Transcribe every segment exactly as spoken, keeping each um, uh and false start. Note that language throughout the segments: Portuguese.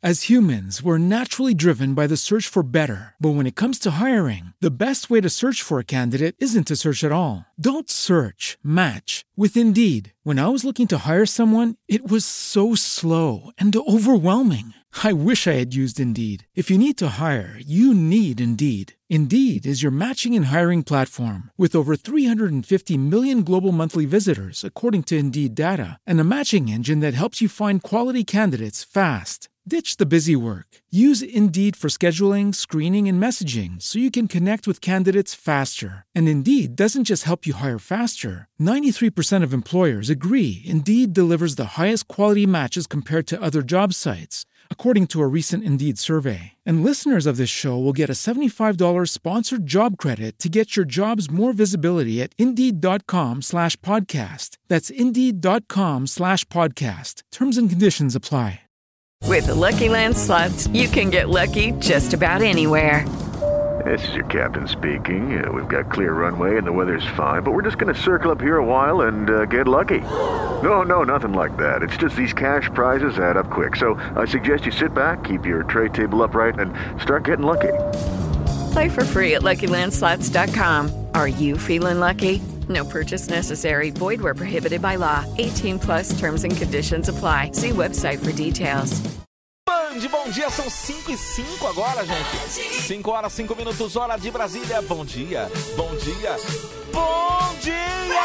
As humans, we're naturally driven by the search for better. But when it comes to hiring, the best way to search for a candidate isn't to search at all. Don't search, match with Indeed. When I was looking to hire someone, it was so slow and overwhelming. I wish I had used Indeed. If you need to hire, you need Indeed. Indeed is your matching and hiring platform with over three hundred fifty million global monthly visitors, according to Indeed data, and a matching engine that helps you find quality candidates fast. Ditch the busy work. Use Indeed for scheduling, screening, and messaging so you can connect with candidates faster. And Indeed doesn't just help you hire faster. ninety-three percent of employers agree Indeed delivers the highest quality matches compared to other job sites, according to a recent Indeed survey. And listeners of this show will get a seventy-five dollars sponsored job credit to get your jobs more visibility at Indeed.com slash podcast. That's Indeed.com slash podcast. Terms and conditions apply. With the Lucky Land Slots, you can get lucky just about anywhere. This is your captain speaking. Uh, we've got clear runway and the weather's fine, but we're just going to circle up here a while and uh, get lucky. No, no, nothing like that. It's just these cash prizes add up quick. So I suggest you sit back, keep your tray table upright, and start getting lucky. Play for free at Lucky Land Slots dot com. Are you feeling lucky? No purchase necessary. Void where prohibited by law. eighteen plus terms and conditions apply. See website for details. Band, bom dia, são cinco e cinco agora, gente. cinco horas, cinco minutos, hora de Brasília. Bom dia, bom dia, bom dia!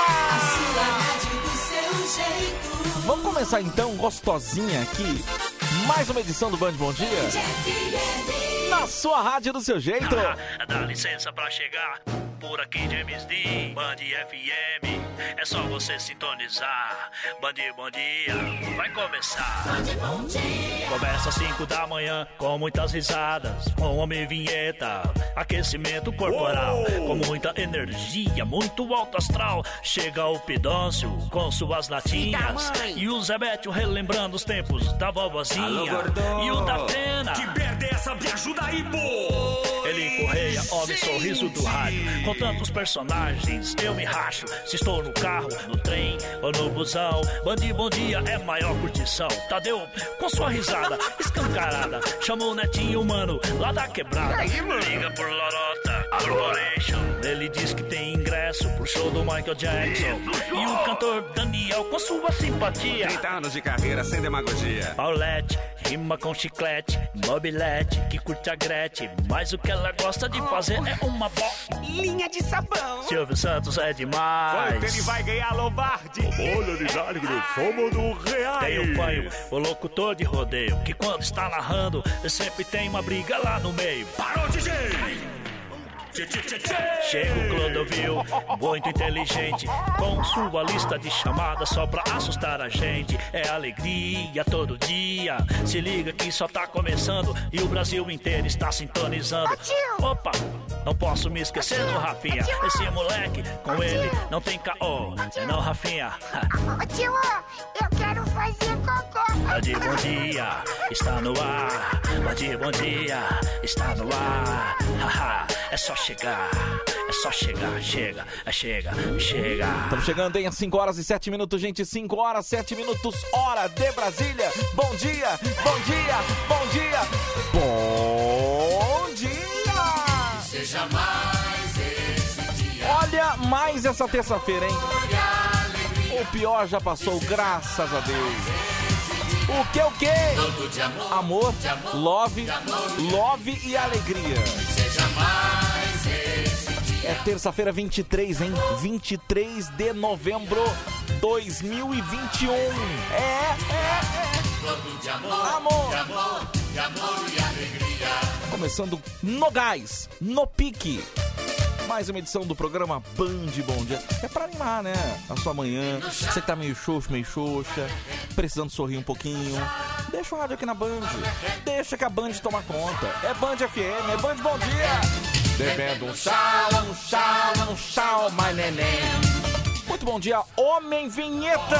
Vamos começar então, gostosinha aqui. Mais uma edição do Band Bom Dia. Na sua rádio do seu jeito. Dá licença pra chegar. Por aqui James D, Band F M. É só você sintonizar. Band Bom Dia, vai começar. Band Bom Dia. Começa às cinco da manhã, com muitas risadas, com homem vinheta, aquecimento corporal, Uou! Com muita energia, muito alto astral. Chega o Pidôncio com suas latinhas e o Zé Bétio relembrando os tempos da vovozinha. Alô, e o da Pena. Que merda é essa? Me ajuda aí, pô! Ele Correia, homem sorriso do rádio. Com tantos personagens, eu me racho. Se estou no carro, no trem ou no busão, Band Bom Dia é maior curtição. Tadeu, com sua risada escancarada, chamou o netinho mano lá da quebrada. Liga por Lorota Corporation. Ele diz que tem ingresso pro show do Michael Jackson. E o cantor Daniel com sua simpatia. trinta anos de carreira sem demagogia. Paulette rima com chiclete, mobilete, que curte a Gretchen, mas o que ela gosta de fazer é uma bolinha de sabão. Silvio Santos é demais. Quanto ele vai ganhar, Lombardi? Olha, Nidale, somos do real. Tem o Panho, o locutor de rodeio, que quando está narrando, sempre tem uma briga lá no meio. Parou, D J! Chega o Clodovil, muito inteligente, com sua lista de chamadas só pra assustar a gente. É alegria todo dia, se liga que só tá começando e o Brasil inteiro está sintonizando. Opa, não posso me esquecer do Rafinha, esse moleque, com ele não tem caô, é não, Rafinha? Ô tio, eu quero fazer cocô. Band Bom Dia, está no ar, Band Bom Dia, está no ar, haha, é só chegar, é só chegar, chega, chega, chega. Estamos chegando em cinco horas e sete minutos, gente. cinco horas, sete minutos, hora de Brasília. Bom dia, bom dia, bom dia, bom dia. Seja mais esse dia. Olha, mais essa terça-feira, hein? O pior já passou, graças a Deus. O que, o que? Amor, love, love e alegria. Seja mais esse dia. É terça-feira vinte e três, hein? vinte e três de novembro de dois mil e vinte e um. É, é, é. Todo de amor, amor, de amor, de amor e alegria. Começando no gás, no pique. Mais uma edição do programa Band Bom Dia. É pra animar, né? A sua manhã. Você que tá meio xoxo, meio xoxa, precisando sorrir um pouquinho. Deixa o rádio aqui na Band. Deixa que a Band toma conta. É Band F M, é Band Bom Dia. Bebendo um chá, um chá, um chá, my neném. Muito bom dia, Homem Vinheta.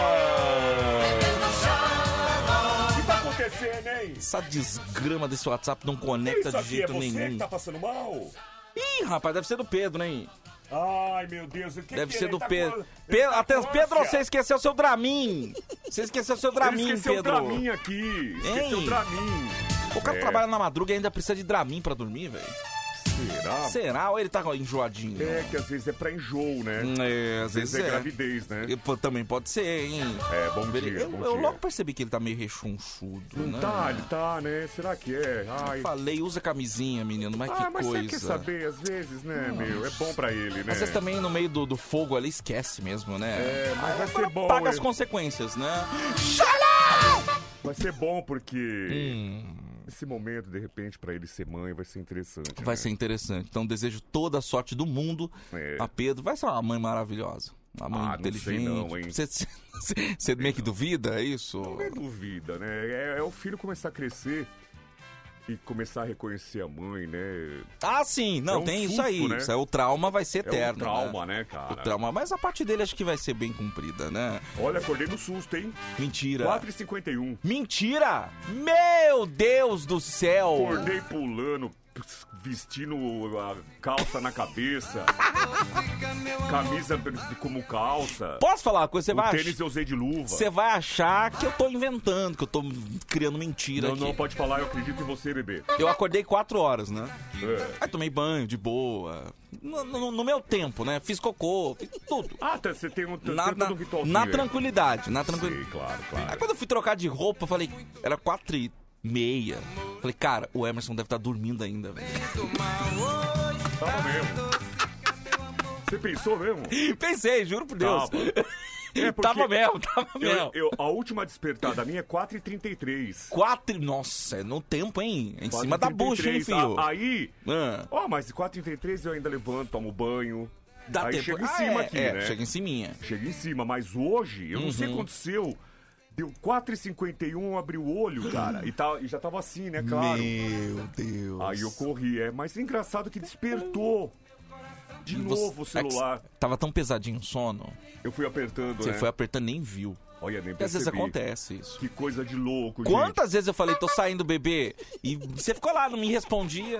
O que tá acontecendo, hein? Essa desgrama desse WhatsApp não conecta Isso de jeito aqui é você nenhum. que tá passando mal? Ih, rapaz, deve ser do Pedro, hein? Ai, meu Deus, o que Deve que ser ele do tá Pedro. com- Pe- ele tá Até com Pedro, ânsia. você esqueceu seu Dramin. Você esqueceu seu Dramin, Ele esqueceu Pedro. o Dramin aqui. Esqueceu Hein? o Dramin. O cara É. trabalha na madruga e ainda precisa de Dramin pra dormir, velho. Será? Será? Ou ele tá enjoadinho? É, que às vezes é pra enjoo, né? É, às Às vezes vezes é é. gravidez, né? E, pô, também pode ser, hein? É, bom dia, eu, bom eu dia. logo percebi que ele tá meio rechonchudo, Não né? tá, ele tá, né? Será que é? Ai. Falei, usa camisinha, menino, mas Ah, que mas coisa. você quer saber, às vezes, né, meu? É bom pra ele, né? Às vezes também no meio do, do fogo ali esquece mesmo, né? É, mas vai ser Agora bom. paga as hein? consequências, né? Vai ser bom porque Hum. esse momento, de repente, pra ele ser mãe, vai ser interessante. Vai né? ser interessante. Então desejo toda a sorte do mundo É. a Pedro. Vai ser uma mãe maravilhosa. Uma mãe Ah, não inteligente. sei não, hein? Você, você, você meio que duvida, é isso? Não é dúvida, né? É, é o filho começar a crescer e começar a reconhecer a mãe, né? Ah, sim. Não, É um tem isso susto, aí. né? Isso é, o trauma vai ser É eterno. um trauma, né, cara? O trauma. Mas a parte dele acho que vai ser bem cumprida, né? Olha, acordei no susto, hein? Mentira. quatro e cinquenta e um. Mentira! Meu Deus do céu! Acordei pulando, vestindo a calça na cabeça. Camisa como calça. Posso falar uma coisa? Você O vai tênis ach... eu usei de luva. Você vai achar que eu tô inventando, que eu tô criando mentira Não, aqui. não, pode falar, eu acredito em você, bebê. Eu acordei quatro horas, né? É. Aí tomei banho de boa. No, no- no meu tempo, né? Fiz cocô, fiz tudo. Ah, tá, você tem um, tem Na, todo na, um ritualzinho na aí. tranquilidade, na tranquilidade. Sei, claro, Aí claro. quando eu fui trocar de roupa, eu falei, era quatro e meia. Falei, cara, o Emerson deve estar dormindo ainda, velho. Tava mesmo. Você pensou mesmo? Pensei, juro por Deus. Tava. É, porque Tava mesmo, tava Eu, mesmo. eu- a última despertada minha é quatro e trinta e três. Quatro. Nossa, é no tempo, hein? Em cima da bucha, hein, filho? A- Aí, Ah, ó, mas quatro e trinta e três eu ainda levanto, tomo banho. dá aí tempo. chega em Ah, cima é, aqui, é, né? chega em ciminha. Chega em cima, mas hoje, eu não sei o que Uhum. aconteceu. Deu quatro e cinquenta e um, eu abri o olho, cara. E, tá, e já tava assim, né, claro. Meu Deus. Aí eu corri, é. Mas é engraçado que despertou. De E novo você- o celular. é que tava tão pesadinho o sono, Eu fui apertando, você né? foi apertando e nem viu. Olha, nem Porque às vezes percebi. acontece isso. Que coisa de louco, gente. Quantas vezes eu falei, tô saindo, bebê? E você ficou lá, não me respondia.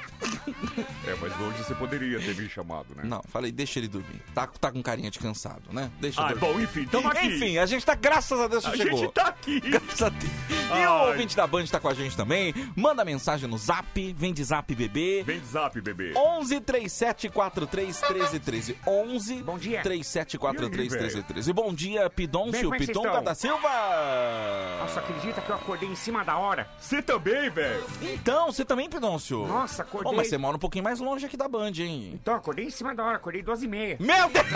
É, mas hoje você poderia ter me chamado, né? Não, falei, deixa ele dormir. Tá, tá com carinha de cansado, né? Deixa Ah, ele dormir. bom, enfim, tamo aqui. Enfim, a gente tá, graças a Deus, você A chegou. gente tá aqui. Graças a Deus. E Ai. o ouvinte da Band tá com a gente também. Manda mensagem no zap, vem de zap, bebê. Vem de zap, bebê. onze, trinta e sete, quarenta e três, treze, treze. onze, Bom dia. trinta e sete, quarenta e três, E aí, treze, velho? treze. Bom dia, Pidoncio, Bem, como é que Pidonca vocês estão? da Silva. Nossa, acredita que eu acordei em cima da hora? Você também, velho. Então, você também, Pidoncio? Nossa, acordei. Ô, mas você mora um pouquinho mais longe aqui da Band, hein? Então, acordei em cima da hora, acordei duas e meia. Meu Deus!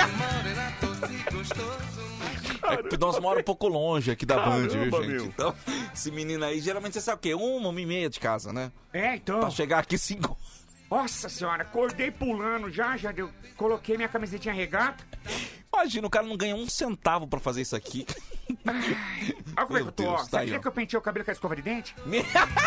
É que o Pidoncio mora um pouco longe aqui da Band, viu, Caramba, gente? meu. Então, esse menino aí, geralmente você sabe o quê? Uma, uma e meia de casa, né? É, então. Pra chegar aqui cinco. Nossa senhora, acordei pulando já, já deu. Coloquei minha camisetinha regata. Imagina, o cara não ganha um centavo pra fazer isso aqui. Olha como é que eu tô, ó. Deus, tá aí, Sabia ó. que eu pentei o cabelo com a escova de dente? Me-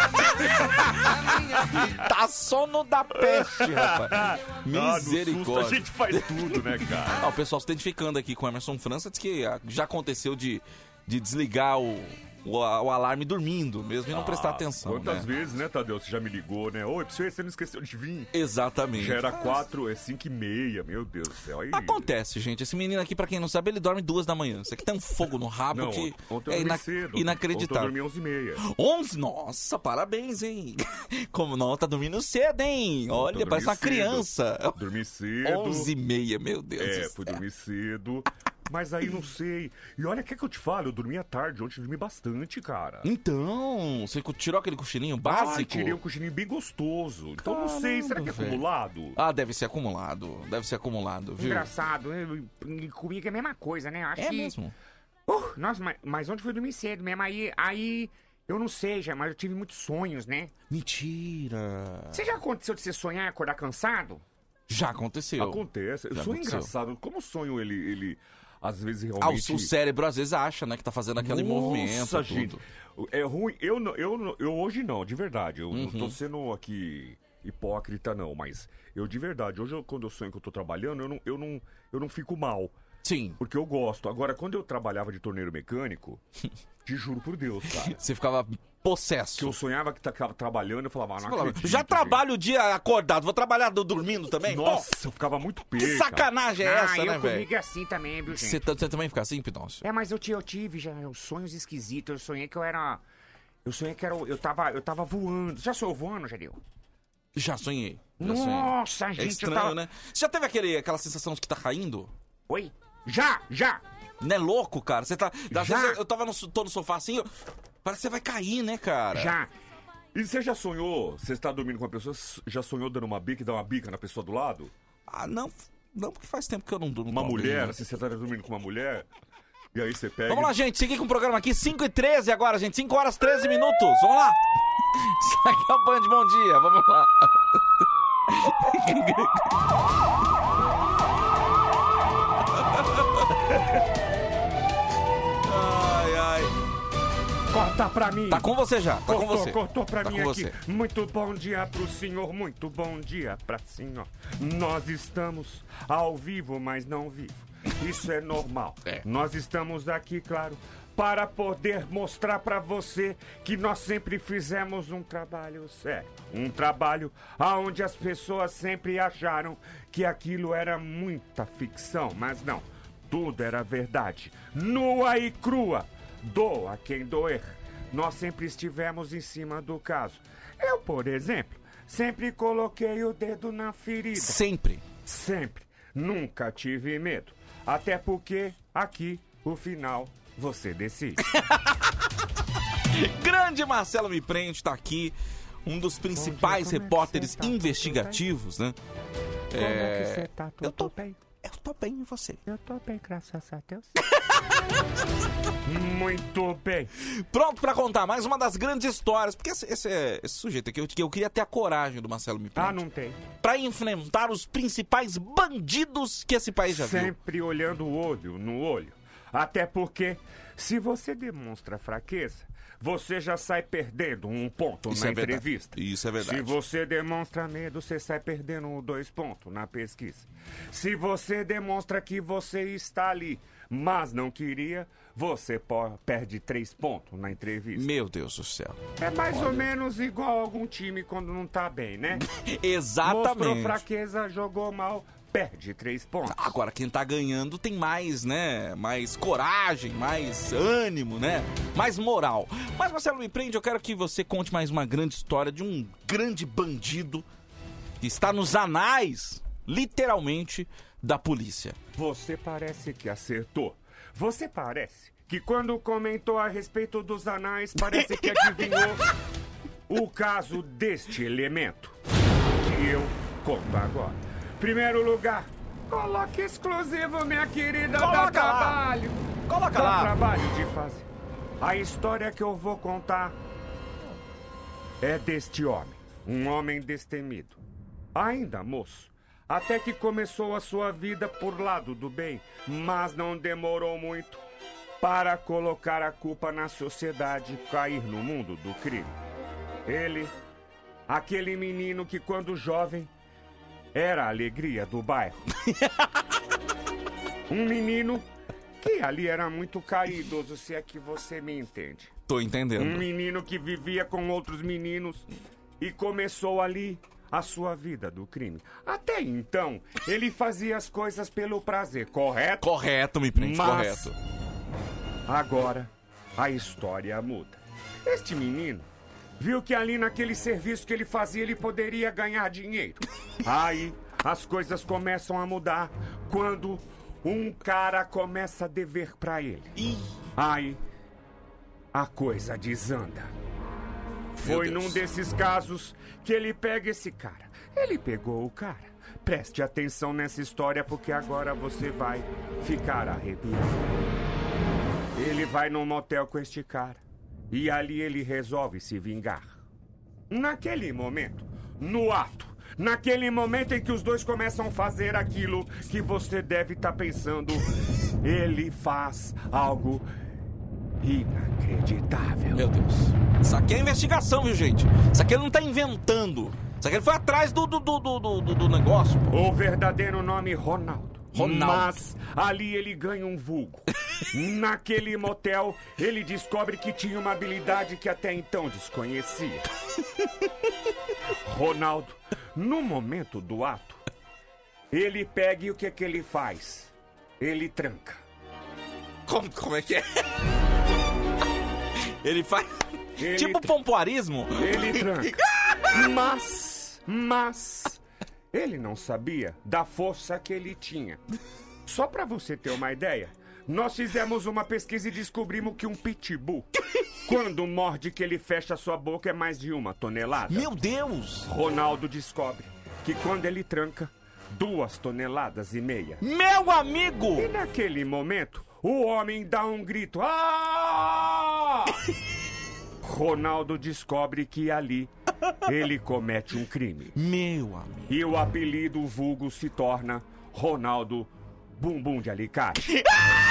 tá sono da peste, rapaz. Ah, no susto Misericórdia. a gente faz tudo, né, cara? Ah, o pessoal se identificando aqui com o Emerson França diz que ah, já aconteceu de, de desligar o, o, a- o alarme dormindo mesmo e não prestar Ah, atenção, Quantas né? vezes, né, Tadeu? Você já me ligou, né? Oi, você não esqueceu de vir? Exatamente. Já era quatro, é cinco e meia, meu Deus do céu. Aí... Acontece, gente. Esse menino aqui, pra quem não sabe, ele dorme duas da manhã. Isso aqui tem um fogo no rabo Não, que ontem eu é dormi ina- cedo. Ontem eu inacreditável. dormi onze e meia. onze? Nossa, parabéns, hein? Como não, tá dormindo cedo, hein? Olha, dormi parece uma cedo. criança. Dormi cedo. onze e meia, meu Deus É, do fui céu. dormir cedo. Mas aí não sei. E olha, quer que eu te fale? Eu dormi à tarde, ontem eu dormi bastante, cara. Então, você tirou aquele cochilinho básico? Ai, tirei um cochilinho bem gostoso. Então não sei, será que é velho. acumulado? Ah, deve ser acumulado. Deve ser acumulado, viu? Engraçado, eu- e comigo é a mesma coisa, né? Eu acho É que... mesmo. Uh, nossa, mas, mas ontem foi dormir cedo mesmo. Aí, aí, eu não sei, já, mas eu tive muitos sonhos, né? Mentira. Você já aconteceu de você sonhar e acordar cansado? Já aconteceu. Acontece. Já Sonho aconteceu. engraçado. Como o sonho, ele, ele às vezes Ah, o, realmente... o cérebro às vezes acha, né, que tá fazendo aquele movimento. Nossa, tudo. gente. É ruim. Eu, não- eu, não- eu hoje não, de verdade. Eu não Uhum. tô sendo aqui hipócrita, não. Mas eu de verdade, hoje eu- quando eu sonho que eu tô trabalhando, eu não, eu não, eu não fico mal. Sim. Porque eu gosto. Agora, quando eu trabalhava de torneiro mecânico, te juro por Deus, cara. Você ficava possesso. Que eu sonhava que tava trabalhando, eu falava, ah, não falava, acredito, já gente. trabalho o dia acordado, vou trabalhar do- dormindo também? Nossa, Pô, eu ficava muito pé, que sacanagem é ah, essa, eu né, velho? comigo é assim também, viu, gente? Você tá- você também fica assim, Pidoncio? É, mas eu, ti- eu tive já uns sonhos esquisitos. Eu sonhei que eu era... Eu sonhei que era... Eu tava, eu tava voando. Já sonhou voando, Jadil? Já sonhei. Já Nossa, sonhei. gente, É estranho, eu tava... né? Você já teve aquele, aquela sensação de que tá caindo? Oi? Já, já! Não é louco, cara? Você tá... Às Já. vezes eu tava no, tô no sofá assim, eu- parece que você vai cair, né, cara? Já. E você já sonhou, você está dormindo com uma pessoa, já sonhou dando uma bica e dar uma bica na pessoa do lado? Ah, não, não, porque faz tempo que eu não durmo Uma com alguém, mulher, né? assim, você tá dormindo com uma mulher, e aí você pega... Vamos lá, gente, seguir com o programa aqui, cinco e treze agora, gente, cinco horas e treze minutos, vamos lá! Isso aqui é a Band, bom dia, vamos lá! Ai, ai. Corta pra mim. Tá com você já, tá cortou, com você. Cortou pra Tá mim com aqui. você. Muito bom dia pro senhor, muito bom dia pra senhor. Nós estamos ao vivo, mas não vivo. Isso é normal. É. Nós estamos aqui, claro, para poder mostrar pra você que nós sempre fizemos um trabalho sério. Um trabalho onde as pessoas sempre acharam que aquilo era muita ficção, mas não. Tudo era verdade. Nua e crua. Doa quem doer. Nós sempre estivemos em cima do caso. Eu, por exemplo, sempre coloquei o dedo na ferida. Sempre. Sempre. Nunca tive medo. Até porque aqui, o final, você decide. Grande Marcelo Me Prende tá aqui, um dos principais como é que repórteres você tá? investigativos, né? Como é que você tá? Tudo eu tô bem? Eu tô bem, e você? Eu tô bem, graças a Deus. Muito bem. Pronto pra contar mais uma das grandes histórias, porque esse, esse, esse sujeito aqui, eu, eu queria ter a coragem do Marcelo Me Prende. Ah, não tem. Pra enfrentar os principais bandidos que esse país já viu. Sempre olhando o olho no olho. Até porque, se você demonstra fraqueza, você já sai perdendo um ponto Isso na é verdade. entrevista. Isso é verdade. Se você demonstra medo, você sai perdendo dois pontos na pesquisa. Se você demonstra que você está ali, mas não queria, você po- perde três pontos na entrevista. Meu Deus do céu. É mais ou menos igual a algum time quando não tá bem, né? Exatamente. Mostrou fraqueza, jogou mal, perde três pontos. Agora, quem tá ganhando tem mais, né? Mais coragem, mais ânimo, né? Mais moral. Mas, Marcelo Me Prende, eu quero que você conte mais uma grande história de um grande bandido que está nos anais, literalmente, da polícia. Você parece que acertou. Você parece que quando comentou a respeito dos anais, parece que adivinhou o caso deste elemento. Que eu conto agora. Primeiro lugar, coloque exclusivo, minha querida, Coloca dá lá. trabalho. Coloca Dá lá. trabalho de fazer. A história que eu vou contar é deste homem. Um homem destemido. Ainda moço. Até que começou a sua vida por lado do bem, mas não demorou muito para colocar a culpa na sociedade e cair no mundo do crime. Ele, aquele menino que quando jovem era a alegria do bairro. Um menino que ali era muito caridoso, se é que você me entende. Tô entendendo. Um menino que vivia com outros meninos e começou ali a sua vida do crime. Até então, ele fazia as coisas pelo prazer, correto? Correto, Me Prende, Mas correto. agora a história muda. Este menino viu que ali naquele serviço que ele fazia ele poderia ganhar dinheiro. Aí as coisas começam a mudar quando um cara começa a dever pra ele. Aí a coisa desanda. Foi Deus. num desses casos que ele pega esse cara. Ele pegou o cara. Preste atenção nessa história porque agora você vai ficar arrepiado. Ele vai num motel com este cara e ali ele resolve se vingar. Naquele momento, no ato, naquele momento em que os dois começam a fazer aquilo que você deve estar pensando, ele faz algo inacreditável. Meu Deus. Isso aqui é investigação, viu, gente? Isso aqui ele não tá inventando. Isso aqui ele foi atrás do, do, do, do, do, do negócio, pô. O verdadeiro nome Ronaldo. Ronaldo. Mas ali ele ganha um vulgo. Naquele motel, ele descobre que tinha uma habilidade que até então desconhecia. Ronaldo, no momento do ato, ele pega e o que que ele faz? Ele tranca. Como, como é que é? Ele faz... Ele tipo tra- pompoarismo? Ele tranca. Mas, mas, ele não sabia da força que ele tinha. Só pra você ter uma ideia, nós fizemos uma pesquisa e descobrimos que um pitbull, quando morde que ele fecha sua boca, é mais de uma tonelada. Meu Deus! Ronaldo descobre que quando ele tranca, duas toneladas e meia. Meu amigo! E naquele momento, o homem dá um grito. Ah! Ronaldo descobre que ali ele comete um crime. Meu amigo. E o apelido vulgo se torna Ronaldo Bumbum de Alicate.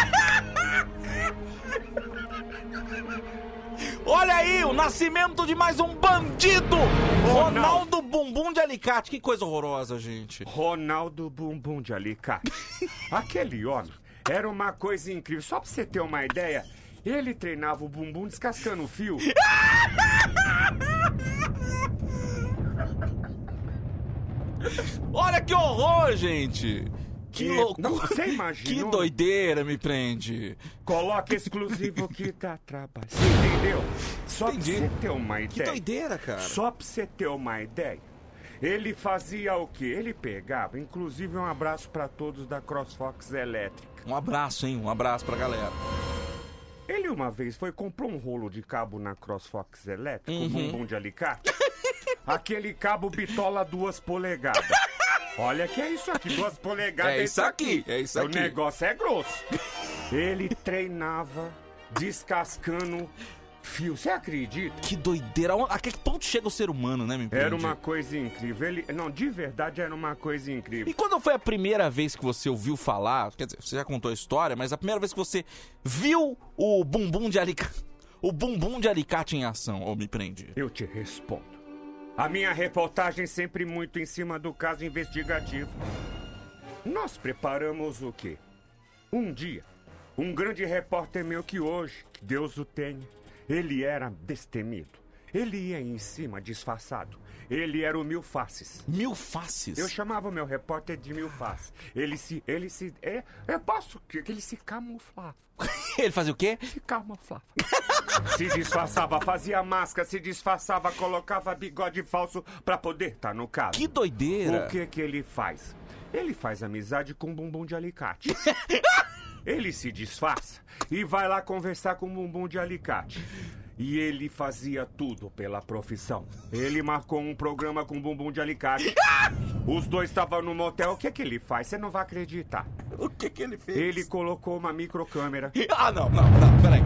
Olha aí, o nascimento de mais um bandido! Ronaldo Bumbum de Alicate. Que coisa horrorosa, gente. Ronaldo Bumbum de Alicate. Aquele homem era uma coisa incrível. Só pra você ter uma ideia, ele treinava o bumbum descascando o fio. Olha que horror, gente! Que E- loucura! Não, você imaginou? Que doideira, me prende. Coloca exclusivo que dá trabalho. Você entendeu? Só Entendi. pra você ter uma Que ideia. doideira, cara. Só pra você ter uma ideia. Ele fazia o quê? Ele pegava, inclusive um abraço pra todos da CrossFox Elétrica. Um abraço, hein? Um abraço pra galera. Ele uma vez foi, comprou um rolo de cabo na CrossFox Elétrica, um Uhum. bumbum de alicate. Aquele cabo bitola duas polegadas. Olha que é isso aqui, duas polegadas. É isso aqui, é isso O aqui. negócio é grosso. Ele treinava descascando fio. Você acredita? Que doideira. A que ponto chega o ser humano, né, me prende? Era uma coisa incrível. Ele, não, de verdade era uma coisa incrível. E quando foi a primeira vez que você ouviu falar, quer dizer, você já contou a história, mas a primeira vez que você viu o bumbum de alicate, o bumbum de alicate em ação, ou me prende? Eu te respondo. A minha reportagem sempre muito em cima do caso investigativo. Nós preparamos o quê? Um dia, um grande repórter meu que hoje, que Deus o tenha, ele era destemido. Ele ia em cima disfarçado. Ele era o Mil Faces. Mil Faces? Eu chamava o meu repórter de Mil Faces. Ele se... Ele se... É, eu posso... que Ele se camuflava. Ele fazia o quê? Se camuflava. Se disfarçava, fazia máscara, se disfarçava, colocava bigode falso pra poder estar no caso. Que doideira! O que que ele faz? Ele faz amizade com um bumbum de alicate. Ele se disfarça e vai lá conversar com um bumbum de alicate. E ele fazia tudo pela profissão. Ele marcou um programa com bumbum de alicate. Os dois estavam no motel. O que que ele faz? Você não vai acreditar. O que que ele fez? Ele colocou uma microcâmera. Ah, não, não, não, peraí.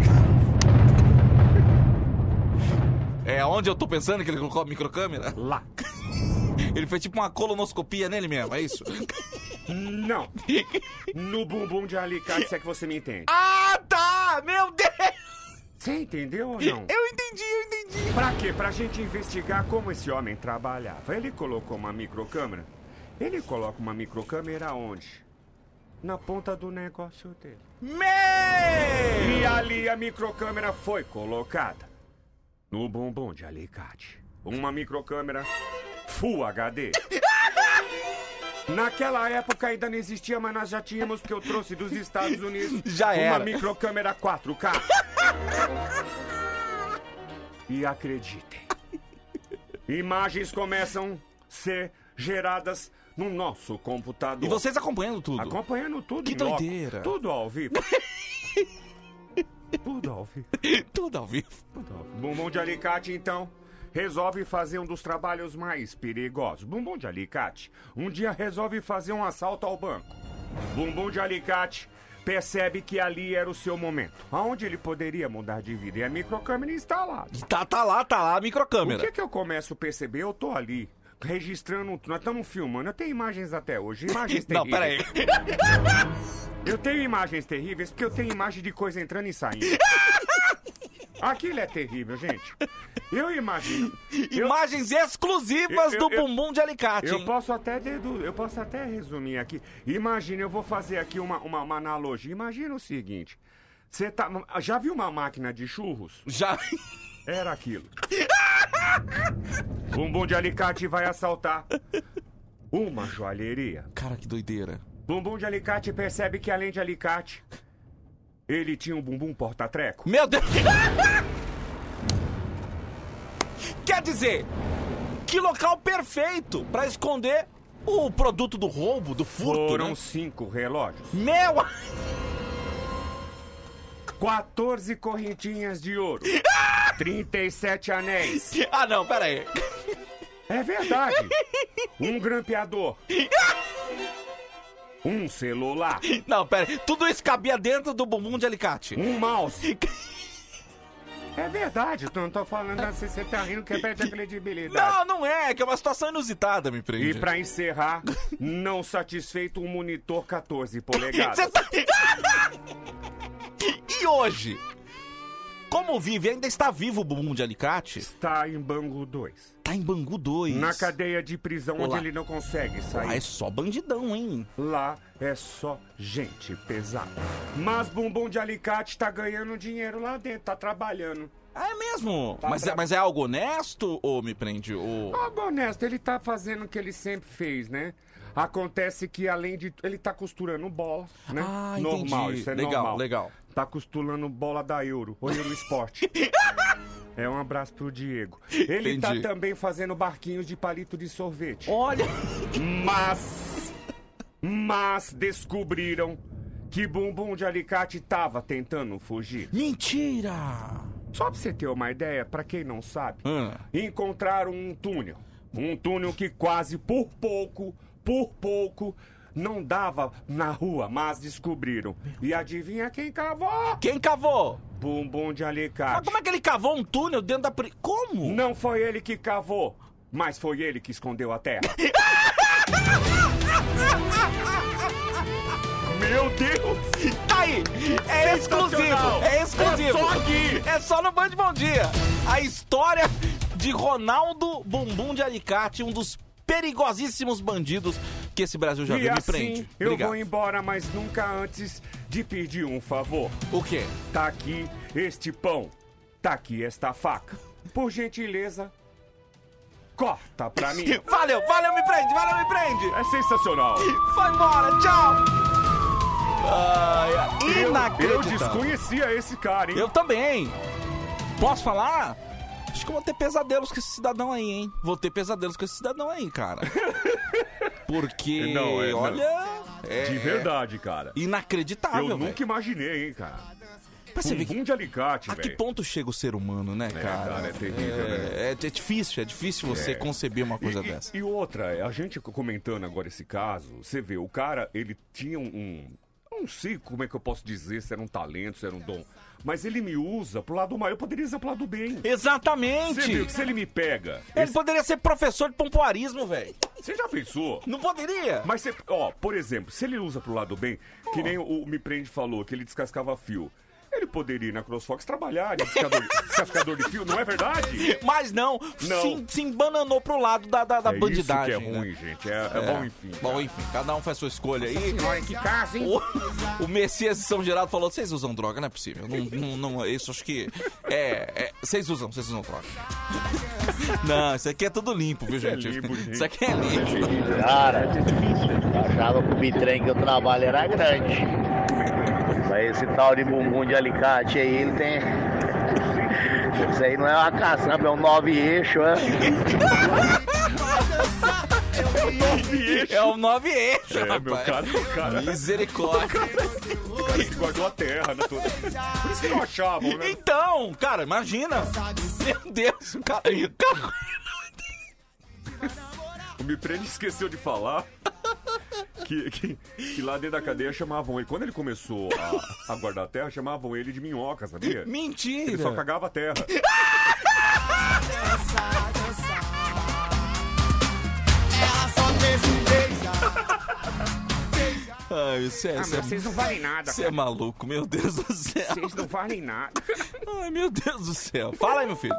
É onde eu tô pensando que ele colocou a microcâmera? Lá. Ele fez tipo uma colonoscopia nele mesmo, é isso? Não. No bumbum de alicate, se é que você me entende. Ah, tá! Meu Deus! Você entendeu ou não? Eu entendi, eu entendi. Pra quê? Pra gente investigar como esse homem trabalhava. Ele colocou uma microcâmera. Ele coloca uma microcâmera onde? Na ponta do negócio dele. Meu! E ali a microcâmera foi colocada. No bumbum de alicate. Uma microcâmera Full H D. Naquela época ainda não existia, mas nós já tínhamos, porque eu trouxe dos Estados Unidos Já era. uma microcâmera quatro K. E acreditem, imagens começam a ser geradas no nosso computador. E vocês acompanhando tudo? Acompanhando tudo. Que em loco. doideira. Tudo ao vivo. Tudo ao vivo. Tudo ao vivo. Tudo ao vivo. Bumbum de alicate, então, resolve fazer um dos trabalhos mais perigosos. Bumbum de alicate um dia resolve fazer um assalto ao banco. Bumbum de alicate percebe que ali era o seu momento, aonde ele poderia mudar de vida. E a microcâmera instalada. Tá, tá lá, tá lá a microcâmera. O que que eu começo a perceber? Eu tô ali, registrando, nós estamos filmando, eu tenho imagens até hoje, imagens Não, terríveis. peraí. Eu tenho imagens terríveis porque eu tenho imagem de coisa entrando e saindo. Aquilo é terrível, gente. Eu imagino. eu- Imagens exclusivas eu- do eu- bumbum de alicate, Eu hein? posso até dedu- eu posso até resumir aqui. Imagina, eu vou fazer aqui uma, uma, uma analogia. Imagina o seguinte. Você tá. Já viu uma máquina de churros? Já. Era aquilo. Bumbum de alicate vai assaltar uma joalheria. Cara, que doideira. Bumbum de alicate percebe que além de alicate, ele tinha um bumbum porta-treco. Meu Deus! Quer dizer, que local perfeito pra esconder o produto do roubo, do furto, Foram né? cinco relógios. Meu! quatorze correntinhas de ouro. trinta e sete anéis. Ah, não, pera aí. É verdade. Um grampeador. Um celular. Não, pera aí. Tudo isso cabia dentro do bumbum de alicate. Um mouse. É verdade, tu não tô falando assim, você tá rindo que perde a credibilidade. Não, não é, que é uma situação inusitada, me prende. E pra encerrar, não satisfeito, um monitor quatorze polegadas. Você tá... E hoje? Como vive? Ainda está vivo o bumbum de alicate? Está em Bangu dois. Tá em Bangu dois. Na cadeia de prisão Olá. onde ele não consegue sair. Lá é só bandidão, hein? Lá é só gente pesada. Mas Bumbum de Alicate tá ganhando dinheiro lá dentro, tá trabalhando. Ah, é mesmo? Tá mas, tra- é, mas é algo honesto ou me prende? Ou... Ah, honesto, ele tá fazendo o que ele sempre fez, né? Acontece que além de... Ele tá costurando bola, né? Ah, normal, entendi. isso é Legal, normal. legal. Tá costurando bola da Euro, o Euro Esporte. É um abraço pro Diego. Ele Entendi. tá também fazendo barquinhos de palito de sorvete. Olha... Mas... Mas descobriram que Bumbum de Alicate tava tentando fugir. Mentira! Só pra você ter uma ideia, pra quem não sabe, Hum. encontraram um túnel. Um túnel que quase por pouco, por pouco, não dava na rua, mas descobriram. E adivinha quem cavou? Quem cavou? Bumbum de Mas Alicate. como é que ele cavou um túnel dentro da... Pri... Como? Não foi ele que cavou, mas foi ele que escondeu a terra. Meu Deus! Tá aí! É exclusivo! É exclusivo! É só aqui! É só no Band Bom Dia! A história de Ronaldo Bumbum de Alicate, um dos perigosíssimos bandidos que esse Brasil já E viu. Me assim, prende. eu Obrigado. vou embora, mas nunca antes de pedir um favor. O quê? Tá aqui este pão, tá aqui esta faca. Por gentileza, corta pra mim. Valeu, valeu, me prende, valeu, me prende! É sensacional. Vai embora, tchau! Ai, Eu, eu inacreditável. desconhecia esse cara, hein? Eu também. Posso falar? Acho que eu vou ter pesadelos com esse cidadão aí, hein? Vou ter pesadelos com esse cidadão aí, cara. Porque, Não, é, não. olha... É, De verdade, cara. é inacreditável, Eu velho. nunca imaginei, hein, cara. Pra você ver Bumbum que, de Alicate, a que velho. ponto chega o ser humano, né, cara? cara, é terrível, né? é, é difícil, é difícil você É. conceber uma coisa e, e- dessa. E outra, a gente comentando agora esse caso, você vê, o cara, ele tinha um, um... Não sei como é que eu posso dizer, se era um talento, se era um dom. Mas ele me usa pro lado mal, eu poderia usar pro lado bem. Exatamente! Você viu que se ele me pega... Ele esse- poderia ser professor de pompoarismo, velho. Você já pensou? Não poderia? Mas, você, ó, por exemplo, se ele usa pro lado bem, que nem o, o Me Prende falou, que ele descascava fio, ele poderia ir na CrossFox trabalhar de descascador, descascador de fio, não é verdade? Mas não, Não. Se, se embananou pro lado da, da, da é bandidagem. isso que é né? ruim, gente. É, é bom, enfim. Bom, cara. enfim, cada um faz sua escolha aí. Senhora, que caso, hein? O, o Messias de São Geraldo falou: vocês usam droga, não é possível. Não, não, não, isso acho que. É. é, Vocês usam, vocês usam droga. Não, isso aqui é tudo limpo, viu, Isso é gente? limpo, gente. Isso aqui é limpo. Cara, eu achava que o bitrem que eu trabalho era grande. Mas esse tal de bumbum de alicate aí, ele tem... Isso aí não é uma caçamba, é um nove eixo, é? É o nove eixo, É, rapaz. meu cara, o cara, Misericórdia. o cara que guardou a terra, né? Toda. Por isso que não achavam, né? Então, cara, imagina. Meu Deus, cara. cara... O Me Prende esqueceu de falar que, que, que lá dentro da cadeia chamavam ele. Quando ele começou a, a guardar a terra, chamavam ele de minhoca, sabia? Mentira. Ele só cagava a terra. Ela só deixa um beijar. Ai, Ai, cê, Ah, cê, mas vocês não valem nada, Você é maluco, meu Deus do céu. Vocês não valem nada. Ai, meu Deus do céu. Fala aí, meu filho.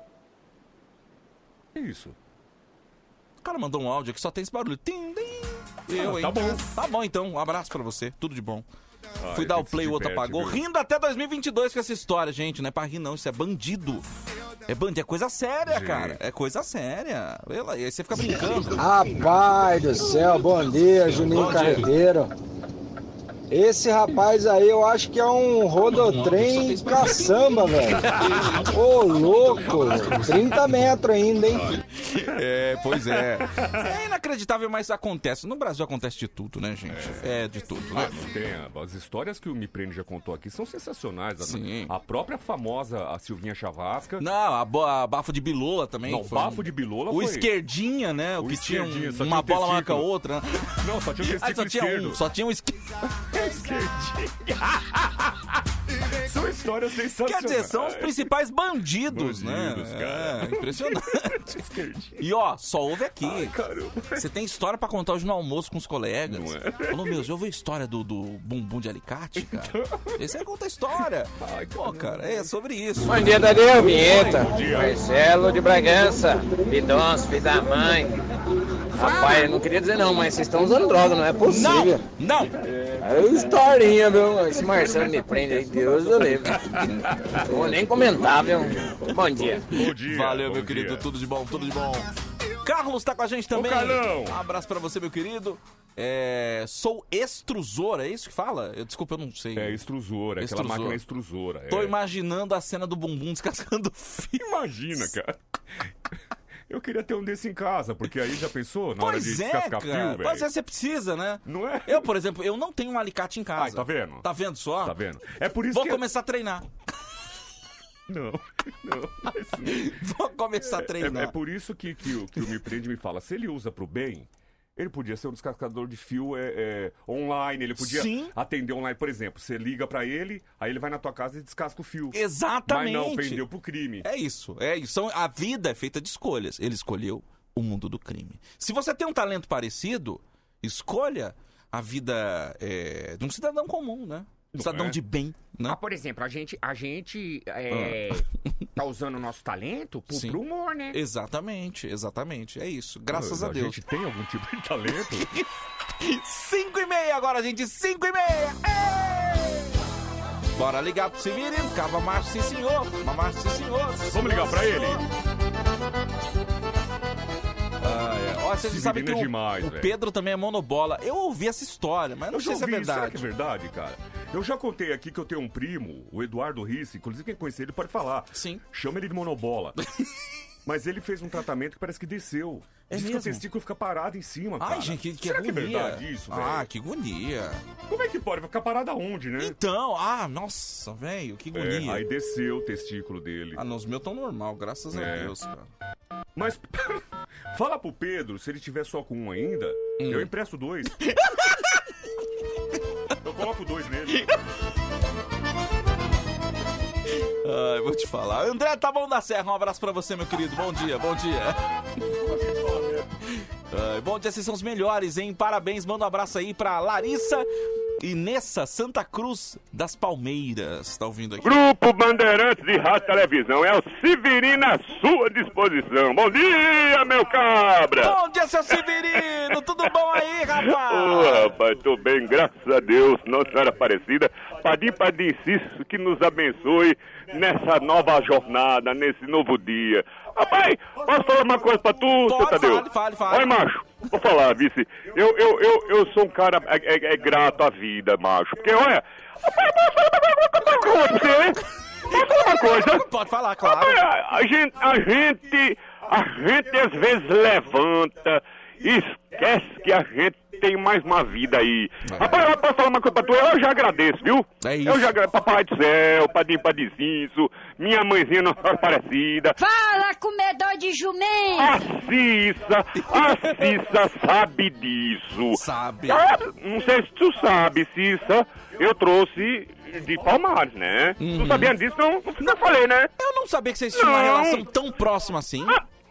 Que isso? O cara mandou um áudio aqui, só tem esse barulho. Tim, tim. Eu, Ah, hein? tá bom. Tá bom, então. Um abraço pra você. Tudo de bom. Ah, Fui a dar o gente play, se o outro diverte, apagou. viu? Rindo até dois mil e vinte e dois com essa história, gente. Não é pra rir, não. Isso é bandido. É bandido. É coisa séria, Gente. cara. É coisa séria. Vê lá, e aí você fica brincando. Rapaz do céu, bom dia, Juninho Bom dia. Carreteiro. Esse rapaz aí eu acho que é um rodotrem caçamba, velho. Ô, louco, trinta metros ainda, hein? É, pois é. É inacreditável, mas acontece. No Brasil acontece de tudo, né, gente? É, de tudo, né? Ah, não tem. As histórias que o Me Prende já contou aqui são sensacionais. Sim. A própria famosa, a Silvinha Chavasca. Não, a, bo- a bafo de bilola também. Não, foi bafo um- de bilola O foi... esquerdinha, né? O, O que tinha um- esquerdinha, só tinha uma um bola maior que a testículo. outra. né? Não, só tinha o Ah, só testículo tinha esquerdo. um, só tinha um esquerdo. São histórias sensacionais. Quer dizer, são os principais bandidos, Bandidos, né? cara. É, impressionante. Esquerdinha. E ó, só ouve aqui. Ai, caramba. Você tem história pra contar hoje no almoço com os colegas. Não é? Falou, meu, já ouviu a história do, do bumbum de alicate, cara? Esse aí conta a história. Ai, Pô, cara, é sobre isso. Bom dia, Tadeu, vinheta. Bom dia. Marcelo de Bragança, Bidons, filho da mãe. Rapaz, eu não queria dizer não, mas vocês estão usando droga, não é possível. Não, não. É historinha, viu? Esse Marcelo me prende aí, Deus do livro. Não vou nem comentar, viu? Bom dia. Bom dia. Valeu, bom meu dia. querido. Tudo de bom, tudo de bom. Carlos tá com a gente também. Ô, Carlão. Um abraço pra você, meu querido. É, sou extrusor, é isso que fala? Eu, desculpa, eu não sei. É, extrusora, aquela Extrusor. máquina extrusora. Tô é. imaginando a cena do bumbum descascando fio. Imagina, cara. Eu queria ter um desse em casa, porque aí já pensou na hora Pois de é, descascar cara. fio, Pois é, velho? você precisa, né? Não é? Eu, por exemplo, eu não tenho um alicate em casa. Ai, tá vendo? Tá vendo só? Tá vendo? É por isso Vou que... começar a treinar. Não, não. mas- Vou começar a É, treinar. é por isso que, que, o, que o Me Prende me fala, se ele usa pro bem, ele podia ser um descascador de fio é, é, online, ele podia Sim. atender online, por exemplo, você liga pra ele, aí ele vai na tua casa e descasca o fio. Exatamente. Mas não, pendeu pro crime. É isso, é isso. São- A vida é feita de escolhas. Ele escolheu o mundo do crime. Se você tem um talento parecido, escolha a vida é, de um cidadão comum, né? Um Não cidadão é? de bem, né? Ah, por exemplo, a gente, a gente é, tá usando o nosso talento pro, Sim. pro humor, né? Exatamente, exatamente. É isso. Graças a, a Deus. gente tem algum tipo de talento? Cinco e meia agora, gente. Cinco e meia. Ei! Bora ligar pro Severino. Cava macho, sim senhor. Uma macho, sim senhor. Vamos ligar pra ele? Ah, é. Ó, vocês Severino sabem que é o, demais, o velho. Pedro também é monobola. Eu ouvi essa história, mas não Eu já sei se é ouvi, será verdade. que é verdade, cara? Eu já contei aqui que eu tenho um primo, o Eduardo Risse, inclusive quem conhecer ele pode falar. Sim. Chama ele de monobola. Mas ele fez um tratamento que parece que desceu. É Diz que o mesmo? testículo fica parado em cima, cara. Ai, gente, que, que Será que é agonia. verdade isso, velho? Ah, que agonia. Como é que pode? Vai ficar parado aonde, né? Então, ah, nossa, velho, que agonia. É, aí desceu o testículo dele. Ah, não, os meus tão normal, graças a É. Deus, cara. Mas fala pro Pedro, se ele tiver só com um ainda, Hum. eu empresto dois. Eu coloco dois nele. Ai, vou te falar. André Taboão da Serra, um abraço pra você, meu querido. Bom dia, bom dia. Ai, bom dia, vocês são os melhores, hein? Parabéns, manda um abraço aí pra Larissa e Nessa Santa Cruz das Palmeiras. Tá ouvindo aqui? Grupo Bandeirantes de Rádio Televisão, é o Severino à sua disposição. Bom dia, meu cabra! Bom dia, seu Severino! Tudo bom aí, rapaz? Ô, rapaz, tô bem, graças a Deus, Nossa Senhora Aparecida. Padim, Padim Cício, que nos abençoe nessa nova jornada, nesse novo dia. Rapaz, posso falar uma coisa pra tu, seu Pode, Tadeu? fale, fale, fale. Olha, macho, vou falar, vice. Eu, eu, eu, eu sou um cara é, é, é grato à vida, macho. Porque, olha, rapaz, posso falar uma coisa pra você? Posso falar uma coisa? Pode falar, claro. Rapaz, a, a gente, a gente, a gente às vezes levanta e esquece que a gente tem mais uma vida aí. É. Rapaz, eu posso falar uma coisa pra tu? Eu já agradeço, viu? É isso. Eu já agradeço, Papai do Céu, Padim Padicinho, minha mãezinha Nossa Senhora Aparecida. Fala, comedor de jumento! A Cissa, a Cissa sabe disso. Sabe. Ah, não sei se tu sabe, Cissa, eu trouxe de Palmares, né? Uhum. Tu sabia disso? Não, não falei, né? Eu não sabia que vocês tinham uma Não. relação tão próxima assim. Ah,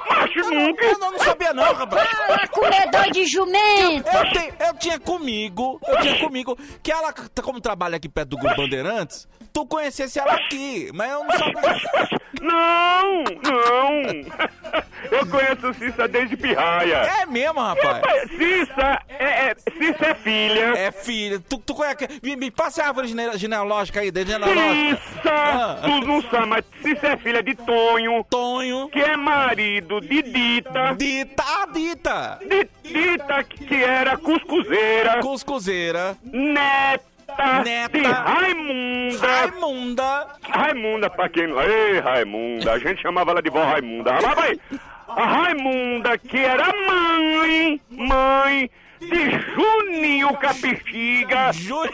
Macho nunca. Eu não, não sabia não, rapaz. Fala, comedor de jumento. Eu, tenho, eu tinha comigo, eu tinha comigo, que ela, como trabalha aqui perto do Grupo Bandeirantes, tu conhecesse ela aqui, mas eu não sabia. Não, não. Eu conheço Cissa desde pirraia. É mesmo, rapaz? Cissa é, é, Cissa é filha. É filha. Tu, tu conhece... Me, me passa a árvore gene- genealógica aí, de genealógica. Cissa, Ah. tu não sabe, mas Cissa é filha de Tonho. Tonho. Que é marido de Dita. Dita, a Dita. De, Dita, que era cuscuzeira. Cuscuzeira. Neta. Neta. De Raimunda. Raimunda. Raimunda, pra quem não... Ei, Raimunda. A gente chamava ela de vó Raimunda. Rapaz, a Raimunda, que era mãe, mãe de Juninho Capixiga. Juninho...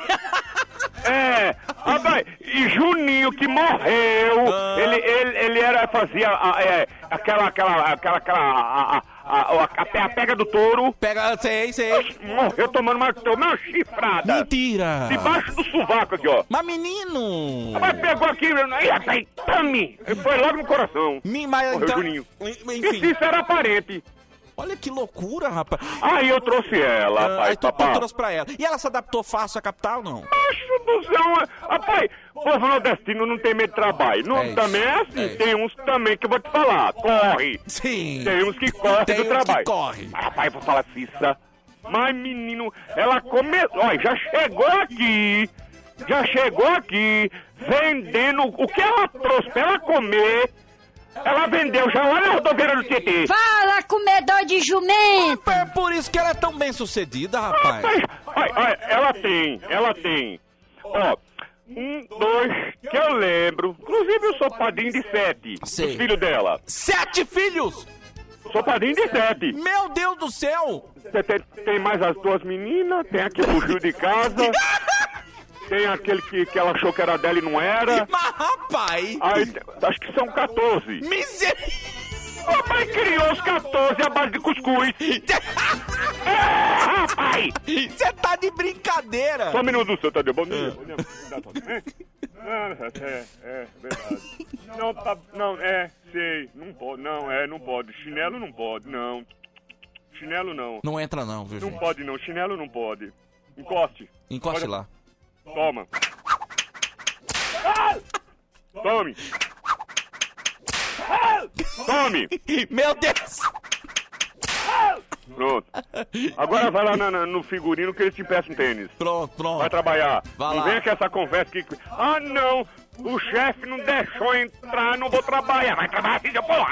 É, rapaz, e Juninho que morreu, Ah. ele, ele, ele era, fazia a, é, aquela, aquela, aquela, aquela, a, a, a, a, a pega do touro. Pega, sei, sei. Morreu tomando uma, tomando uma chifrada. Mentira. Debaixo do sovaco aqui, ó. Mas menino. Mas pegou aqui, aí, rapaz, tame, foi logo no coração. Me, mas, Morreu então, Juninho. enfim. E isso era parente. Olha que loucura, rapaz. Aí eu trouxe ela, Ah, rapaz, aí tu, tu papá. trouxe pra ela. E ela se adaptou fácil à capital, não? Macho do céu, rapaz, o povo nordestino não tem medo de trabalho. Não, É isso, também é assim, é isso. tem uns também que eu vou te falar, corre. Sim. Tem uns que correm Tem do uns trabalho. que correm. Rapaz, vou falar Cissa. Mas, menino, ela começou, olha, já chegou aqui, já chegou aqui, vendendo o que ela trouxe pra ela comer. Ela vendeu já lá na rodoviária do Tietê. Fala, comedor de jumento. É por isso que ela é tão bem sucedida, rapaz. Rapaz, olha, olha, ela tem, ela tem. Ó, um, dois, que eu lembro. Inclusive eu sou padrinho de sete. Sei. Os filhos dela. Sete filhos? Sou padrinho de sete. Meu Deus do céu! Tem, tem, tem mais as duas meninas, tem a que fugiu de casa. Tem aquele que, que ela achou que era dela e não era. Mas, rapaz! Aí, acho que são quatorze. Misericórdia! Papai criou os quatorze à base de cuscuz. É, rapaz! Você tá de brincadeira! Só um minuto, seu Tadeu. Bom dia. Bom dia. Ah, é, é, verdade. Não, tá, não, é, sei, não pode, não, é, não pode. Chinelo não pode, não. Chinelo não. Não entra não, viu, Não gente? pode não, chinelo não pode. Encoste. Encoste Olha- lá. Toma. Ah! Tome. Tome. Meu Deus! Pronto. Agora vai lá na- na- no figurino que ele te peça um tênis. Pronto, pronto. Vai trabalhar. Vai Não lá. vem com essa conversa que... Ah, não. O chefe não deixou entrar, não vou trabalhar. Vai trabalhar, filho, porra.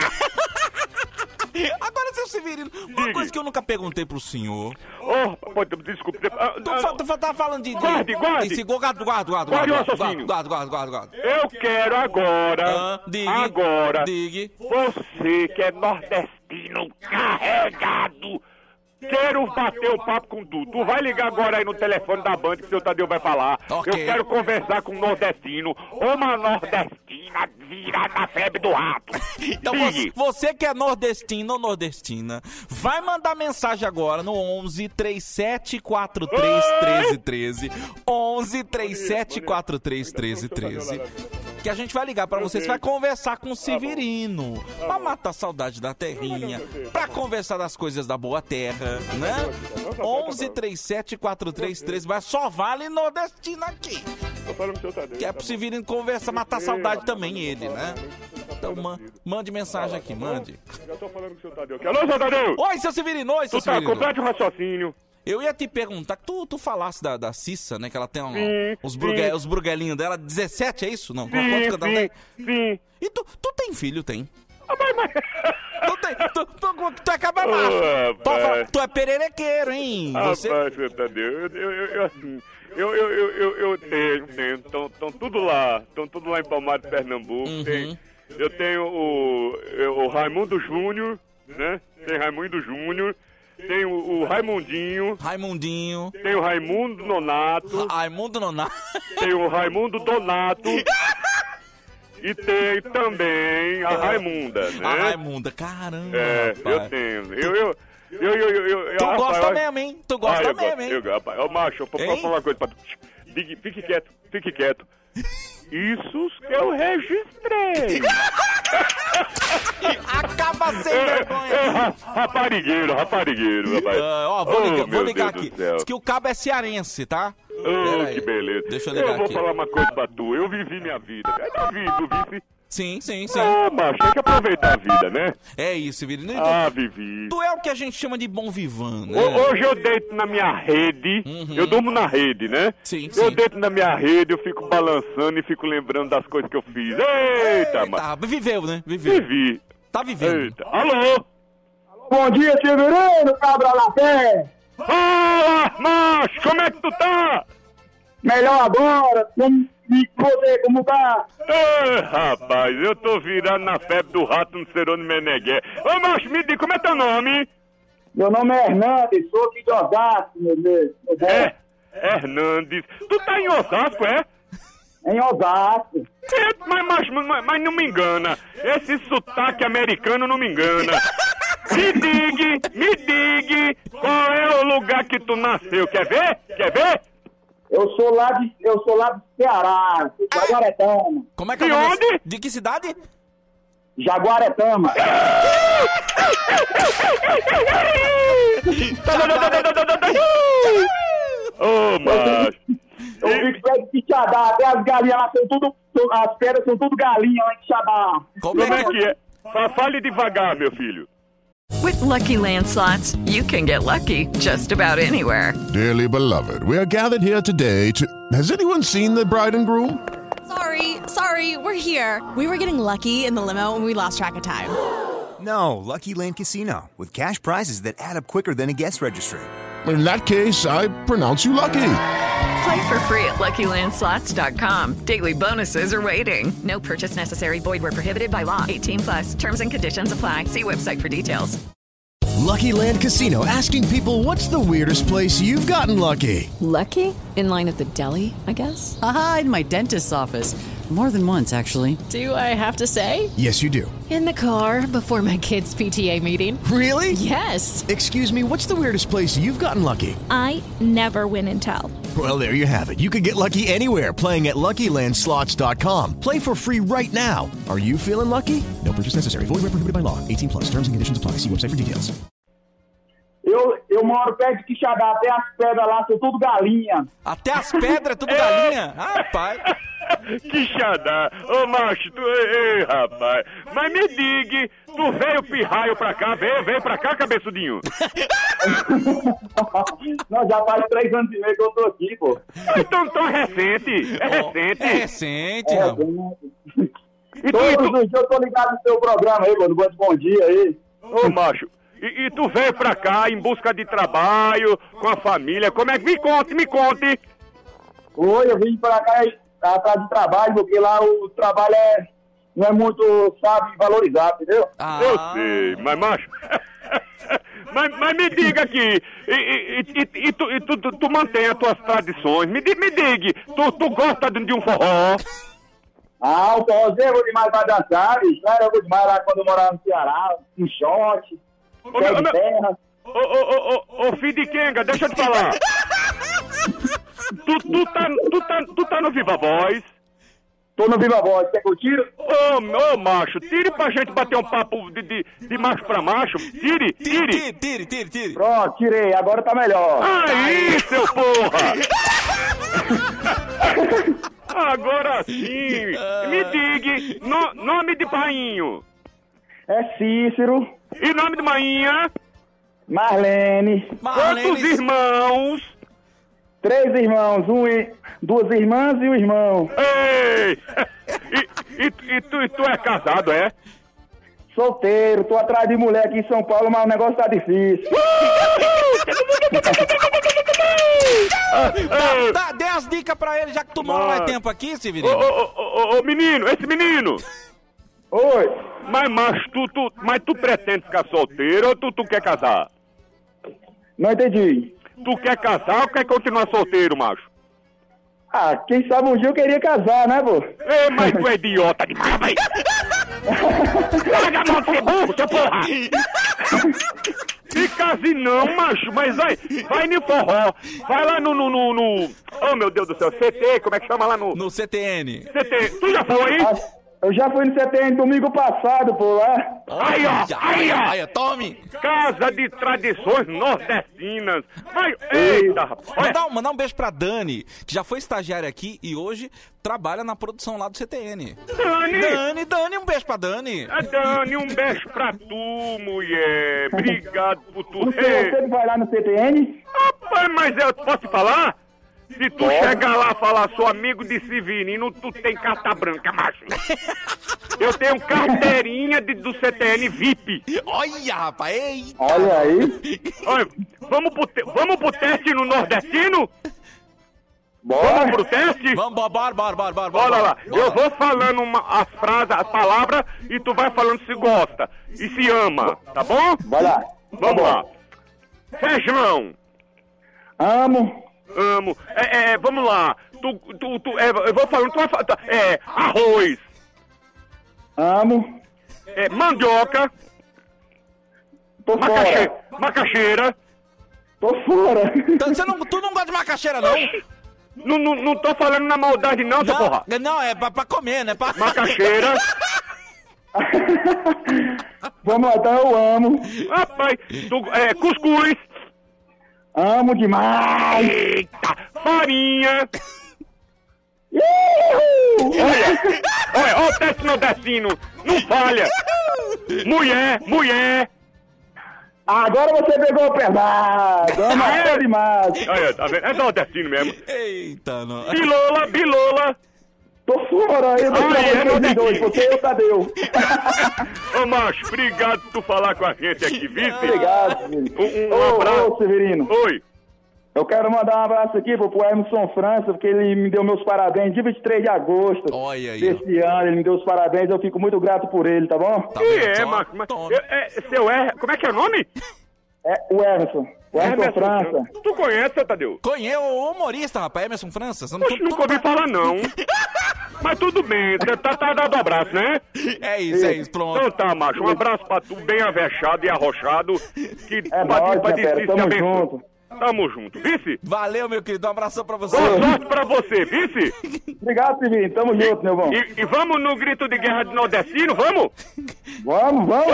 Agora, seu Severino, uma Diga. coisa que eu nunca perguntei pro senhor. Oh, pode, desculpa. Ah, Tu, ah, fa- tu fa- tá falando de... de Guarde, guarde. Esse guarda, guarda, guarda, Guarde o guarda, raciocínio. guarda, guarda, guarda, guarda. Eu quero agora, Ah, diga. agora, Diga. você que é nordestino carregado, quero bater o papo com tu. Tu vai ligar agora aí no telefone da Band que o seu Tadeu vai falar. Ok. Eu quero conversar com um nordestino, uma nordestina virada na febre do rato. Então Ligue. você, você que é nordestino ou nordestina, vai mandar mensagem agora no onze, trinta e sete, quarenta e três, treze, treze. onze, trinta e sete, quarenta e três, treze, treze. Que a gente vai ligar pra você, você vai conversar com o Severino, pra matar a saudade da terrinha, pra conversar das coisas da boa terra, né? onze, trinta e sete, quarenta e três, treze, mas só vale nordestino aqui. Tô falando com o seu Tadeu. Que é pro Severino conversar, matar a saudade também ele, né? Então ma- mande mensagem aqui, mande. Já tô falando com o seu Tadeu. aqui. Alô, seu Tadeu? Oi, seu Severino, oi, seu Tu tá, Severino. complete o raciocínio. Eu ia te perguntar, que tu, tu falasse da, da Cissa, né? Que ela tem um, Sim, os, sim. brugue, os bruguelinhos dela, dezessete, é isso? Não, Sim, quanto que ela sim, tem? sim. E tu, tu tem filho, tem? Ah, mas, mas... Tu tem, tu, tu, tu é cabamacho. Ô, tu, rapaz. tu é pererequeiro, hein? Você... Rapaz, seu Tadeu, eu, eu, eu, eu, assim, eu, eu, eu, eu, eu tenho, tenho, estão tudo lá, estão tudo lá em Palmares, Pernambuco, Uhum. tem, eu tenho o, eu- o Raimundo Júnior, né, tem Raimundo Júnior, tem o, o Raimundinho, Raimundinho, tem o Raimundo Nonato, Raimundo Nonato. tem o Raimundo Donato e tem também a Raimunda, né? A Raimunda, caramba, É, rapaz. eu tenho, eu, eu, eu, eu, eu, eu Tu rapaz, gosta eu- mesmo, hein? Tu gosta ah, eu mesmo, gosto, hein? Eu, rapaz, ô macho, eu vou Hein? falar uma coisa pra tu. Digue- Fique quieto, fique quieto. Isso que eu registrei. Acaba sem É, vergonha. é, ra- raparigueiro, raparigueiro, rapaz. Ah, ó, vou Oh, ligar, vou meu ligar Deus aqui. do céu. Diz que o cabo é cearense, tá? Oh, Pera aí. que beleza. Deixa eu ligar vou aqui. falar uma coisa pra tu. Eu vivi minha vida. É da vida, vive. Sim, sim, sim. Ah, macho, tem que aproveitar a vida, né? É isso, Virino. Ah, vivi. Tu é o que a gente chama de bom vivan, né? Ho- Hoje eu deito na minha rede, eu durmo na rede, né? Sim, Eu sim. deito na minha rede, eu fico balançando e fico lembrando das coisas que eu fiz. Eita, mano. Tá, viveu, né? Viveu. Vivi. Tá vivendo. Eita. Alô? Bom dia, Severino, cabra na pé. Fala, macho, como é que tu tá? Melhor agora, como, e você, como tá? Ei, rapaz, eu tô virando na febre do rato no Cerone Meneghé. Ô, macho, me diga, como é teu nome? Meu nome é Hernandes, sou aqui de Osasco, meu Deus. Meu Deus. É, Hernandes. Tu tá em Osasco, é? Em Osasco. É, mas, macho, mas, mas não me engana. Esse sotaque americano não me engana. Me diga, me diga, qual é o lugar que tu nasceu? Quer ver? Quer ver? Eu sou lá de, eu sou lá do Ceará, Jaguaretama. Como é que é De o nome? onde? De que cidade? Jaguaretama. Ô, macho. Eu fico perto de Quixadá, até as galinhas lá são tudo, as pedras são tudo galinha lá em Quixadá. Como é que é? Fa- Fale devagar, meu filho. With Lucky Land Slots, you can get lucky just about anywhere. Dearly beloved, we are gathered here today to... Has anyone seen the bride and groom? Sorry, sorry, we're here. We were getting lucky in the limo and we lost track of time. No, Lucky Land Casino, with cash prizes that add up quicker than a guest registry. In that case, I pronounce you lucky. Play for free at Lucky Land Slots dot com. Daily bonuses are waiting. No purchase necessary. Void where prohibited by law. eighteen plus. Terms and conditions apply. See website for details. Lucky Land Casino, asking people, what's the weirdest place you've gotten lucky? Lucky? In line at the deli, I guess? Aha, in my dentist's office. More than once, actually. Do I have to say? Yes, you do. In the car before my kids' P T A meeting. Really? Yes. Excuse me, what's the weirdest place you've gotten lucky? I never win and tell. Well, there you have it. You can get lucky anywhere, playing at Lucky Land Slots dot com. Play for free right now. Are you feeling lucky? No purchase necessary. Void where prohibited by law. eighteen plus. Terms and conditions apply. See website for details. Eu, eu moro perto de Quixadá, até as pedras lá são tudo galinha. Até as pedras, tudo galinha? Rapaz. Quixadá. Ô, macho, tu... Ei, rapaz. Mas me diga, tu veio pirraio pra cá, veio, veio pra cá, cabeçudinho. Não, já faz três anos e meio que eu tô aqui, pô. Então, tão recente. É recente. É recente, É, rapaz. E tu, Todos e tu... os dias eu tô ligado no seu programa aí, mano. Bom, bom dia aí. Ô, macho, e, e tu veio pra cá em busca de trabalho, com a família, como é que... Me conte, me conte. Oi, eu vim pra cá atrás de trabalho, porque lá o trabalho é, não é muito, sabe, valorizado, entendeu? Ah. Eu sei, mas, macho... mas, mas me diga aqui, e, e, e, e, tu, e tu, tu, tu mantém as tuas tradições, me, di- me diga, tu, tu gosta de, de um forró? Ah, o forrozinho eu vou demais pra dançar, bicho. Né? Eu vou demais lá quando eu morava no Ceará, um shot, Ô, pé meu- de meu- terra. Ô, ô, ô, ô, ô, filho de Kenga, deixa eu te falar. tu, tu, tá, tu, tá, tu tá no Viva Voz? Tô no Viva Voz, quer que eu tiro? Ô, ô, macho, tire pra gente bater um papo de, de, de macho pra macho. Tire, tire. Tire, tire, tire, tire. Pronto, tirei, agora tá melhor. Aí, seu porra! Agora sim, me diga, no, nome de painho. É Cícero. E nome de mainha? Marlene. Quantos irmãos? Três irmãos, um e... duas irmãs e um irmão. Ei! E, e, e, tu, e tu é casado, é? Solteiro, tô atrás de mulher aqui em São Paulo, mas o negócio tá difícil. Dá, dá, dê as dicas pra ele, já que tu mora mais tempo aqui, Ô, Severino. ô, ô, ô, ô, menino, esse menino! Oi! Mas, macho, tu, tu, mas tu pretende ficar solteiro ou tu, tu quer casar? Não entendi. Tu quer casar ou quer continuar solteiro, macho? Ah, quem sabe um dia eu queria casar, né, pô? Ei, mas tu é idiota demais, vai! Larga a mão de ser burro, seu porra! Se case não, macho, mas vai, vai no forró, vai lá no, no, no, no, Oh, meu Deus do céu, C T, como é que chama lá no... No C T N. C T, tu já foi? Eu já fui no C T N domingo passado, por lá. Aí, ó, aí, ó. Aí, ó, tome. Casa de Tradições Nordestinas. Vai, eita, rapaz. Mandar um, mandar um beijo pra Dani, que já foi estagiária aqui e hoje trabalha na produção lá do C T N. Dani! Dani, Dani, um beijo pra Dani. Ah, Dani, um beijo pra tu, mulher. Obrigado por tudo. Você, você vai lá no C T N? Rapaz, mas eu posso te falar? Se tu Pode. chegar lá e falar, sou amigo de Severino, tu tem carta branca, macho. Eu tenho carteirinha de, do C T N V I P. Olha, rapaz, eita. Olha aí. Olha, vamos pro, te, vamos pro teste no nordestino? Bora. Vamos pro teste? Vamos, bora, bora, bora, bora. Olha lá, bora. Eu vou falando uma, as frases, as palavras, e tu vai falando se gosta e se ama, tá bom? Vai lá. Vamos tá lá. Feijão. Amo. Amo. É, é, vamos lá. Tu, tu, tu, é, eu vou falando, tu vai falando. É, arroz. Amo. É, mandioca. Tô macaxe... fora. Macaxeira. Tô fora. Você não, tu não gosta de macaxeira, não? Não, não, não tô falando na maldade, não, seu porra. Não, é pra, pra comer, né? Pra... Macaxeira. Vamos lá, então eu amo. Rapaz, tu, é, cuscuz. Amo demais! Eita! Farinha! Uhul! Olha! Olha, olha o teste nordestino! Não falha! Mulher! Mulher! Agora você pegou pesado! Amo Ah, é? demais! Olha, tá vendo? É nordestino mesmo! Eita, não! Bilola! Bilola! Tô fora aí, eu tô dois, você e o Tadeu! Ô, macho, obrigado por tu falar com a gente aqui, viu? Obrigado, Severino. Um, um ô, abraço. Ô, Severino. Oi. Eu quero mandar um abraço aqui pro, pro Emerson França, porque ele me deu meus parabéns dia vinte e três de agosto Olha aí, desse ano. Ele me deu os parabéns, eu fico muito grato por ele, tá bom? Tá que é, macho? Mas, eu, é, seu R, como é que é o nome? É o Emerson. O Emerson, Emerson França. Tu conhece, Tadeu? Conheço o humorista, rapaz, Emerson França. Você não, Poxa, nunca ouvi falar, não. Mas tudo bem, tá, tá dado abraço, né? É isso, é isso, pronto. Então tá, macho, um abraço pra tu, bem avexado e arrochado. Que é nóis, minha pera, tamo junto. Tamo junto, vice? Valeu, meu querido, um abração pra você. Boa sorte pra você, vice? Obrigado, Severino, tamo junto, meu bom. E, e vamos no grito de guerra de nordestino, vamos? Vamos, vamos.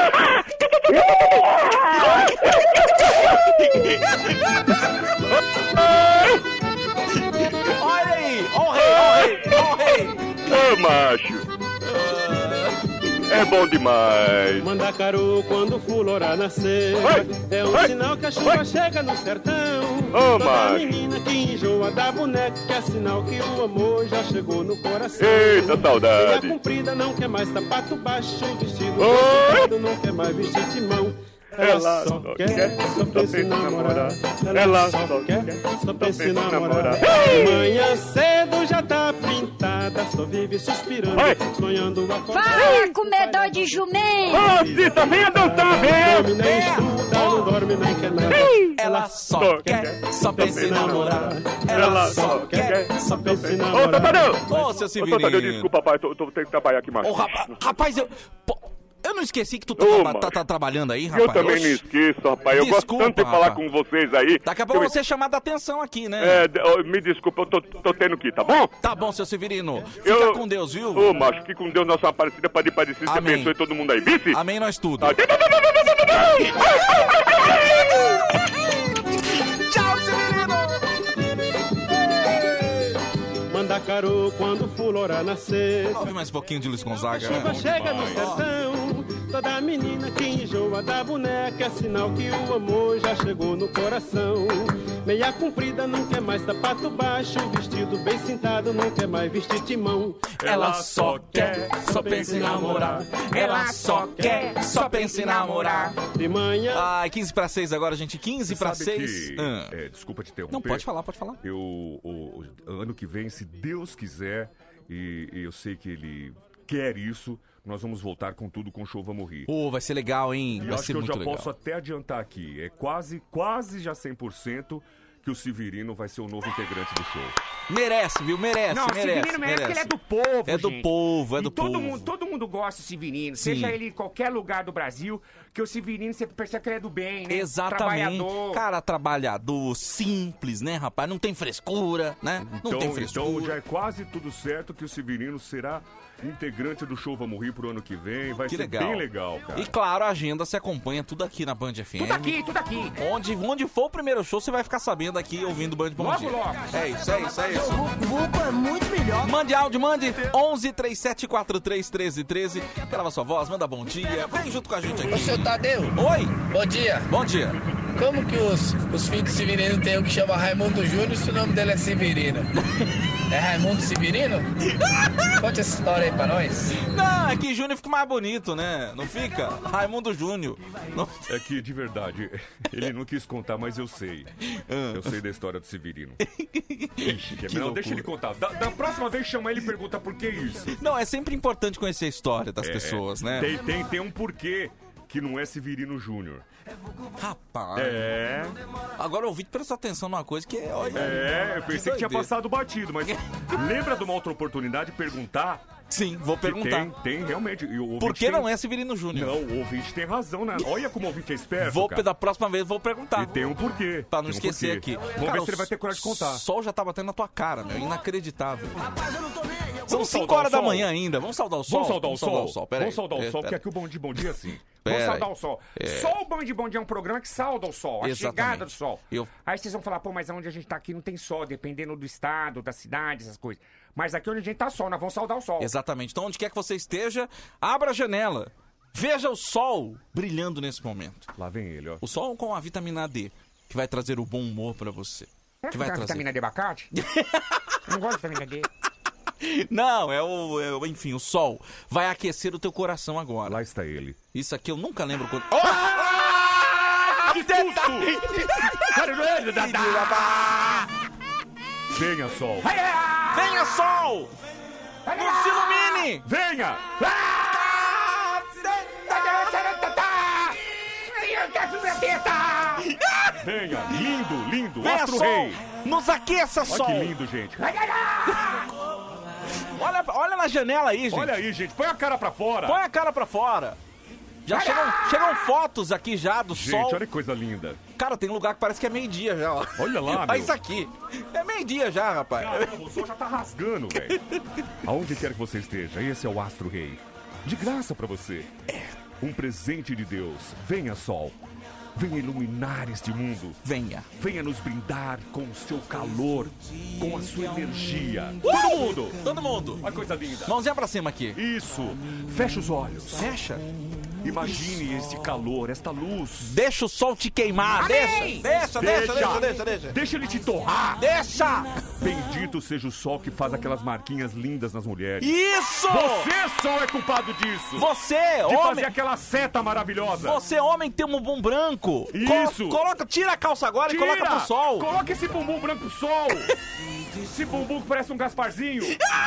Olha aí, ó o rei, ó o rei, ó o rei. Ô, macho. É bom demais. Mandacaru quando fulora nascer. Oi, é um oi, sinal que a chuva oi. chega no sertão. Ô, Toda macho. menina que enjoa da boneca, que é sinal que o amor já chegou no coração. Eita, saudade. Meia comprida não quer mais sapato baixo, vestido Oi. vestido não quer mais vestir timão. Ela só quer, só pensa em namorar. Ela só só quer, só pensa em namorar. namorar. Manhã cedo já tá pintada, só vive suspirando, Oi. sonhando acordar. Fala, comedor de jumento! Ô, Cita, venha dançar, venha! Dorme nem estuda, não dorme nem quer nada. Ela só quer, só pensa em namorar. Ela só quer, só pensa em Ô, namorar. Tadeu! Ô, seu Ô, Tadeu, Severino. desculpa, pai, tô, tô tendo que trabalhar aqui mais. Ô, rapa- rapaz, eu... pô, eu não esqueci que tu tá, Ô, tá- macho. tá- tá trabalhando aí, rapaz. Eu também Oxi. não esqueço, rapaz. Eu Desculpa, gosto tanto de falar rapaz. com vocês aí. Daqui a pouco que eu eu vou ser chamado a atenção aqui, né? É, d- ó, me desculpa, eu tô, tô tendo que ir, tá bom? Tá bom, seu Severino. Fica Eu- com Deus, viu? Ô, macho, fique com Deus, nossa Aparecida, Padre Padecida, Amém. abençoe todo mundo aí, vice? Amém, nós tudo. Tá. Tchau, Severino! Mandacaru quando fulora nascer. Ouve mais um pouquinho de Luiz Gonzaga. Chuva né? chega no sertão. Toda menina que enjoa da boneca é sinal que o amor já chegou no coração. Meia comprida não quer mais sapato baixo, vestido bem cintado não quer mais vestir timão. Ela só quer, só pensa em namorar. Ela só quer, só pensa em namorar. De manhã. Ai, quinze para seis agora, gente. quinze para Sabe seis. que- Ah. é, desculpa te interromper. Não, pode falar, pode falar. Eu, o, o ano que vem, se Deus quiser, e, e eu sei que Ele quer isso, nós vamos voltar com tudo com o Show Vamos Rir. Pô, vai ser legal, hein? E Vai acho ser que eu muito já legal. posso até adiantar aqui, é quase, quase já cem por cento que o Severino vai ser o novo integrante do show. Merece, viu? Merece, Não, merece. o Severino merece, porque ele é do povo, É do gente. povo, é E do todo povo. Mundo, todo mundo gosta do Severino, Sim. seja ele em qualquer lugar do Brasil, que o Severino, você percebe que ele é do bem, né? Exatamente. Trabalhador. Cara, trabalhador, simples, né, rapaz? Não tem frescura, né? Não Então, tem frescura. então já é quase tudo certo que o Severino será integrante do Show Vamos Rir pro ano que vem. Vai Que ser legal. bem legal, cara. E claro, a agenda se acompanha tudo aqui na Band F M. Tudo aqui, tudo aqui. Onde, onde for o primeiro show, você vai ficar sabendo aqui, ouvindo Band Bom Logo, Dia. logo. É isso, é isso, é isso. O Vulco é muito melhor. Mande áudio, mande onze, três sete quatro três, um três um três. Grava sua voz, manda bom dia. Vem junto com a gente aqui. Ô, seu Tadeu. Oi. Bom dia. Bom dia. Como que os, os filhos do Severino tem um que chama Raimundo Júnior se o nome dele é Severino? É Raimundo Severino? Conte essa história aí pra nós. Não, é que Júnior fica mais bonito, né? Não fica? Raimundo Júnior. Não... É que, de verdade, ele não quis contar, mas eu sei. Eu sei da história do Severino. Ixi, que Que não, loucura. deixa ele contar. Da, da próxima vez chama ele e pergunta por que isso. Não, é sempre importante conhecer a história das É, pessoas, né? Tem, tem, tem um porquê que não é Severino Júnior. Rapaz. É. Agora o ouvinte presta atenção numa coisa que é. Olha, É, eu pensei que tinha doideira. passado batido, mas lembra de uma outra oportunidade de perguntar? Sim, vou Que perguntar. Tem, tem realmente. E o ouvinte Por que tem- não é Severino Júnior? Não, o ouvinte tem razão, né? Olha como o ouvinte é esperto, Vou, cara. da próxima vez, vou perguntar. E tem um porquê. Pra não Tem um esquecer porquê. aqui. Vamos ver se ele vai ter coragem de contar. O sol já tá batendo na tua cara, meu. Inacreditável. São Vamos cinco saudar horas o da sol? manhã ainda. Vamos saudar o sol? Vamos saudar o sol? Pera aí. Vamos saudar o É, sol, pera porque aqui o Bom Dia Bom Dia é assim. Pera Vamos aí. saudar o sol. É. Só o Bom de Bom Dia é um programa que sauda o sol, a Exatamente. chegada do sol. Eu- Aí vocês vão falar, pô, mas onde a gente tá aqui não tem sol, dependendo do estado, da cidade, essas coisas. Mas aqui onde a gente tá sol, nós vamos saudar o sol. Exatamente. Então, onde quer que você esteja, abra a janela. Veja o sol brilhando nesse momento. Lá vem ele, ó. O sol com a vitamina D, que vai trazer o bom humor pra você. Será Que que vai tem a trazer. vitamina D abacate? Eu não gosto de vitamina D. Não, é o, é o- Enfim, o sol vai aquecer o teu coração agora. Lá está ele. Isso aqui eu nunca lembro quando. Ah, que susto! Venha, sol. Venha, sol! Nos ilumine! Venha! Venha! Lindo, lindo! Venha, Astro sol! Rei! Nos aqueça, Olha sol! que lindo, gente. Olha, olha na janela aí, gente. Olha aí, gente. Põe a cara pra fora. Põe a cara pra fora. Já chegam, chegam fotos aqui já do Gente, sol. olha que coisa linda. Cara, tem lugar que parece que é meio-dia já, ó. Olha lá, Olha meu. isso aqui. É meio-dia já, rapaz. Caramba, o sol já tá rasgando, velho. Aonde quer que você esteja, esse é o Astro Rei. De graça pra você. É. Um presente de Deus. Venha, sol. Venha iluminar este mundo. Venha. Venha nos brindar com o seu calor, com a sua energia. Uh! Todo mundo! Todo mundo. Olha que coisa linda. Mãozinha pra cima aqui. Isso. Fecha os olhos. Fecha. Imagine este calor, esta luz. Deixa o sol te queimar. Amém. Deixa, deixa, deixa, deixa, deixa, deixa. Deixa ele te torrar. Deixa. Bendito seja o sol que faz aquelas marquinhas lindas nas mulheres. Isso! Você, sol, é culpado disso. Você, De homem. fazer aquela seta maravilhosa. Você, homem, tem um bumbum branco. Isso. Colo- coloca, tira a calça agora Tira. e coloca pro sol. Coloca esse bumbum branco pro sol. Esse bumbum que parece um Gasparzinho.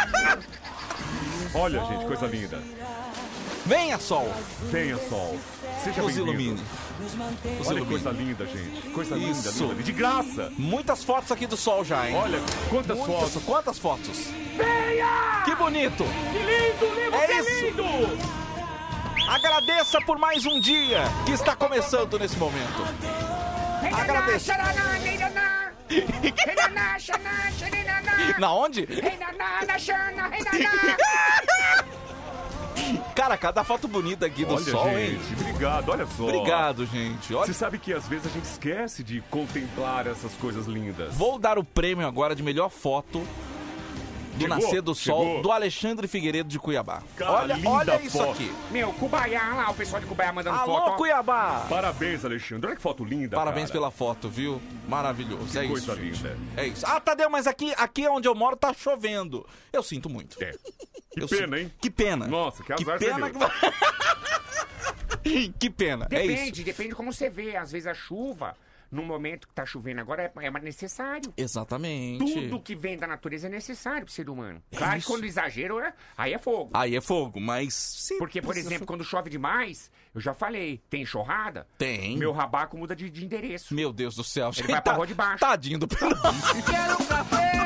Olha, gente, coisa linda. Venha, sol. Venha, sol. Seja Nos bem-vindo. ilumine. Nos Olha que ilumine. coisa linda, gente. Coisa linda, Isso. linda. De graça. Muitas fotos aqui do sol já, hein? Olha, quantas Muitas, fotos. Quantas fotos? Venha! Que bonito. Que lindo, É você é isso. lindo! Agradeça por mais um dia que está começando nesse momento. Agradeça. Na onde? Cara, cada foto bonita aqui do Olha, sol, gente, hein? obrigado, olha só. Obrigado, gente. Olha, Você sabe que às vezes a gente esquece de contemplar essas coisas lindas. vou dar o prêmio agora de melhor foto do Chegou? nascer do sol Chegou? do Alexandre Figueiredo de Cuiabá. Cara, olha, linda olha isso foto. aqui. Meu, Cubaiá, lá, o pessoal de Cubaiá mandando Alô, foto. ó. Cuiabá! Parabéns, Alexandre. Olha que foto linda, Parabéns cara. pela foto, viu? Maravilhoso. Que é coisa isso, gente. linda. É isso. Ah, Tadeu, mas aqui, aqui onde eu moro tá chovendo. Eu sinto muito. É. Que Eu pena, sinto- hein? Que pena. Nossa, que azar pena você que... que pena. É isso. Depende, depende de como você vê. Às vezes a chuva, no momento que tá chovendo agora, é, é necessário. Exatamente. Tudo que vem da natureza é necessário pro ser humano. Claro que isso. quando exagero, é, aí é fogo. Aí é fogo, mas... se Porque, por precisa exemplo, quando chove demais, eu já falei, tem enxurrada, Tem. meu rabaco muda de, de endereço. Meu Deus do céu. Ele vai pra rua de baixo. Tadinho do Pedro. Quero um café!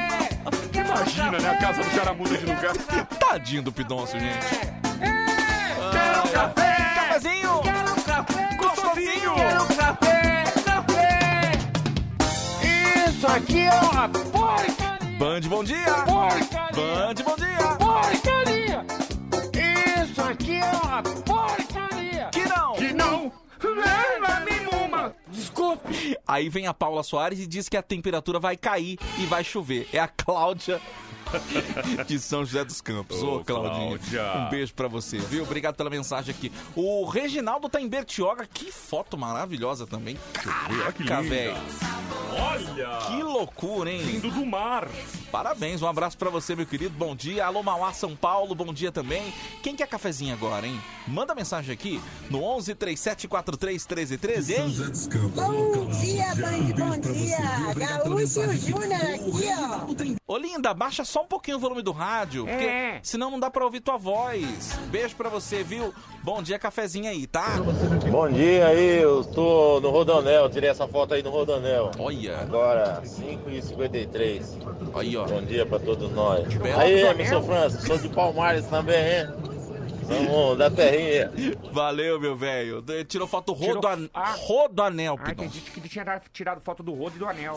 Imagina, né? A casa do cara muda de lugar. Tadinho do Pidoncio, gente. Quero café! Cafezinho! Quero café! Gostosinho! Quero café! Café! Isso aqui é uma porcaria! Band, bom dia! Porcaria! Band, bom dia! Porcaria! Isso aqui é uma porcaria! Que não! Que não! Leva nenhuma! Desculpe! Aí vem a Paula Soares e diz que a temperatura vai cair e vai chover. É a Cláudia de São José dos Campos. Ô, Ô, Claudinha, Cláudia. um beijo pra você, viu? Obrigado pela mensagem aqui. O Reginaldo tá em Bertioga. Que foto maravilhosa também. Olha que Caraca, linda. velho. Olha! Que loucura, hein? Vindo do mar. Parabéns, um abraço pra você, meu querido. Bom dia. Alô, Mauá, São Paulo. Bom dia também. Quem quer cafezinho agora, hein? Manda mensagem aqui no onze, três sete quatro três, um três um três, hein? Bom dia, Band, bom dia. Gaúcho Júnior aqui, ó. Ô, linda, baixa só um pouquinho o volume do rádio, porque É. senão não dá pra ouvir tua voz. Beijo pra você, viu? Bom dia, cafezinho aí, tá? Bom dia aí, eu tô no Rodanel, tirei essa foto aí no Rodanel. Olha. Agora, cinco e cinquenta e três. Aí, ó. Bom dia pra todos nós. Belo Aí, Rodanel. Emerson França, sou de Palmares também, hein? Somos da terrinha. Valeu, meu velho. De- Tirou foto Tirou- rodo, Ah. rodoanel, Ah, Pidon. entendi que ele tinha dado- tirado foto do rodo e do anel.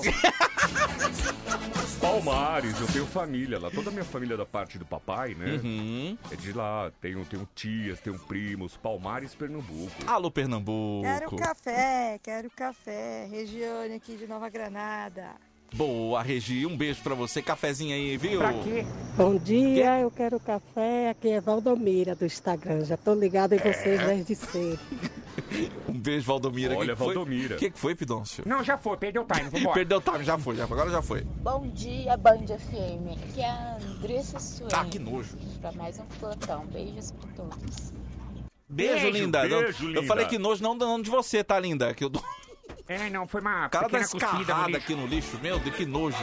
Palmares, eu tenho família lá. Toda a minha família da parte do papai, né? Uhum. É de lá. Tenho, tenho tias, tenho primos. Palmares, Pernambuco. Alô, Pernambuco. Quero café, quero café. Regiane aqui de Nova Granada. Boa, Regi. Um beijo pra você. Cafezinho aí, viu? Pra quê? Bom dia, eu quero café. Aqui é Valdomira do Instagram. Já tô ligado em vocês desde cedo. Um beijo, Valdomira. Olha, Que que foi? Valdomira. O que, que foi, Pidoncio? Não, já foi, perdeu o time, vambora. Perdeu o time, já foi, já foi. Agora já foi. Bom dia, Band F M. Aqui é a Andressa Suene. Ah, que nojo. Pra mais um plantão. Beijos pra todos. Beijo, Beijo, linda. Não- beijo, Eu linda. falei que nojo não, não de você, tá, linda? Que eu dou... É, não, foi uma O cara tá pequena cuspida no escarrada lixo. aqui no lixo. Meu Deus, que nojo.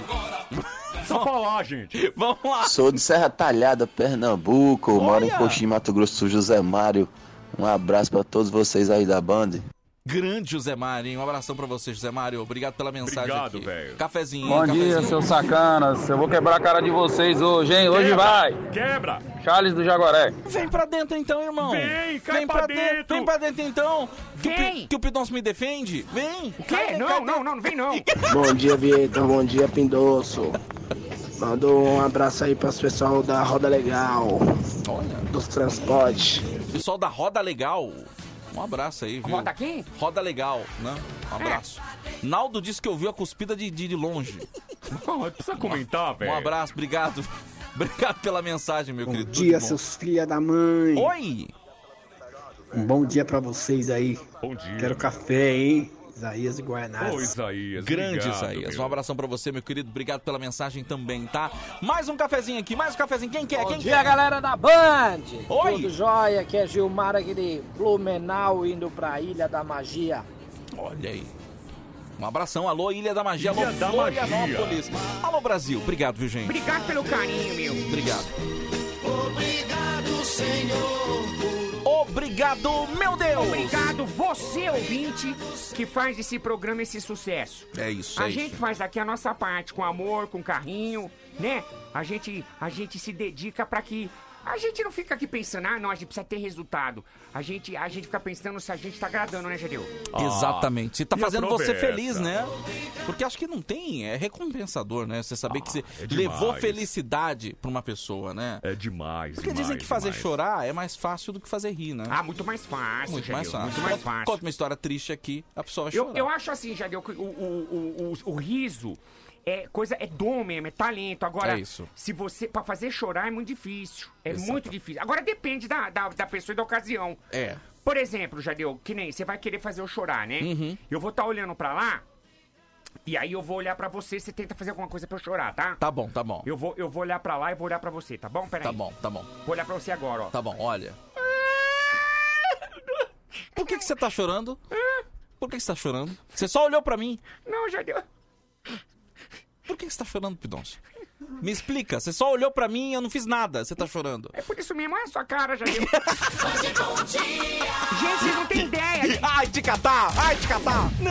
Só falar, gente. Vamos lá. Sou de Serra Talhada, Pernambuco, moro em Olha! Coxim, Mato Grosso do Sul, José Mário. Um abraço pra todos vocês aí da Band. Grande José Mário, hein? Um abração pra você, José Mário. Obrigado pela mensagem Obrigado, aqui. velho. Cafezinho, Bom hein? dia, Cafezinho. seus sacanas. Eu vou quebrar a cara de vocês hoje, hein? Hoje Quebra, vai. Quebra! Charles do Jaguaré. Vem pra dentro então, irmão. Vem, cai Vem pra pra dentro. dentro. Vem pra dentro então. Que o Pi- Vem. Que o Pidoncio me defende. Vem. O quê? Não, não, não, não vem não. Bom dia, Vitor. Bom dia, Pindoço. Manda um abraço aí para os pessoal da Roda Legal, Olha. dos transportes. Pessoal da Roda Legal. Um abraço aí, viu? Roda quem? Roda Legal, né? Um abraço. Naldo disse que ouviu a cuspida de, de, de longe. Não, precisa comentar, velho. Um abraço, obrigado. Obrigado pela mensagem, meu Bom querido. dia, Tudo bom. seus filha da mãe. Oi! Um bom dia para vocês aí. Bom dia. Quero café, hein? Isaías de Guaraná. Ô, Isaías. Grande obrigado, Isaías. meu. Um abração pra você, meu querido. Obrigado pela mensagem também, tá? Mais um cafezinho aqui, mais um cafezinho. Quem quer? Bom Quem dia, quer? galera da Band! Oi! Tudo jóia? Aqui é Gilmar aqui de Blumenau, indo pra Ilha da Magia. Olha aí. Um abração. Alô, Ilha da Magia. Ilha Alô, da Florianópolis. Alô, Brasil. Obrigado, viu, gente? Obrigado pelo carinho, meu. Obrigado. Obrigado, Senhor, por Obrigado, meu Deus! Obrigado, você, ouvinte, que faz esse programa esse sucesso. É isso, A é gente isso. faz aqui a nossa parte, com amor, com carinho, né? A gente, a gente se dedica pra que... A gente não fica aqui pensando, ah, não, a gente precisa ter resultado. A gente, a gente fica pensando se a gente tá agradando, né, Jadeu? Exatamente. Se tá e a fazendo você promessa? feliz, né? Porque acho que não tem, é recompensador, né? Você saber que você é levou demais. felicidade pra uma pessoa, né? É demais, Porque demais, dizem que fazer demais. chorar é mais fácil do que fazer rir, né? Ah, muito mais fácil, muito Jadeu, mais fácil. muito mais Conta- fácil. Conta uma história triste aqui, a pessoa vai Eu, chorar. eu acho assim, Jadeu, que o, o, o, o, o riso é coisa, é dom mesmo, é talento. Agora, É isso. se você, pra fazer chorar é muito difícil. É Exato. muito difícil. Agora depende da, da, da pessoa e da ocasião. É. Por exemplo, Jadeu, que nem você vai querer fazer eu chorar, né? Uhum. Eu vou estar olhando pra lá, e aí eu vou olhar pra você, você tenta fazer alguma coisa pra eu chorar, tá? Tá bom, tá bom. Eu vou, eu vou olhar pra lá e vou olhar pra você, tá bom? Peraí. Tá bom, tá bom. Vou olhar pra você agora, ó. Tá bom, olha. Por que que você tá chorando? Por que que você tá chorando? Você só olhou pra mim. Não, Jadeu. Por que que você tá chorando, Pidoncio? Me explica, você só olhou pra mim e eu não fiz nada, você tá chorando. É por isso mesmo, olha a sua cara, Jadeu. Gente, vocês não têm ideia. Ai, te catar! Ai, te catar!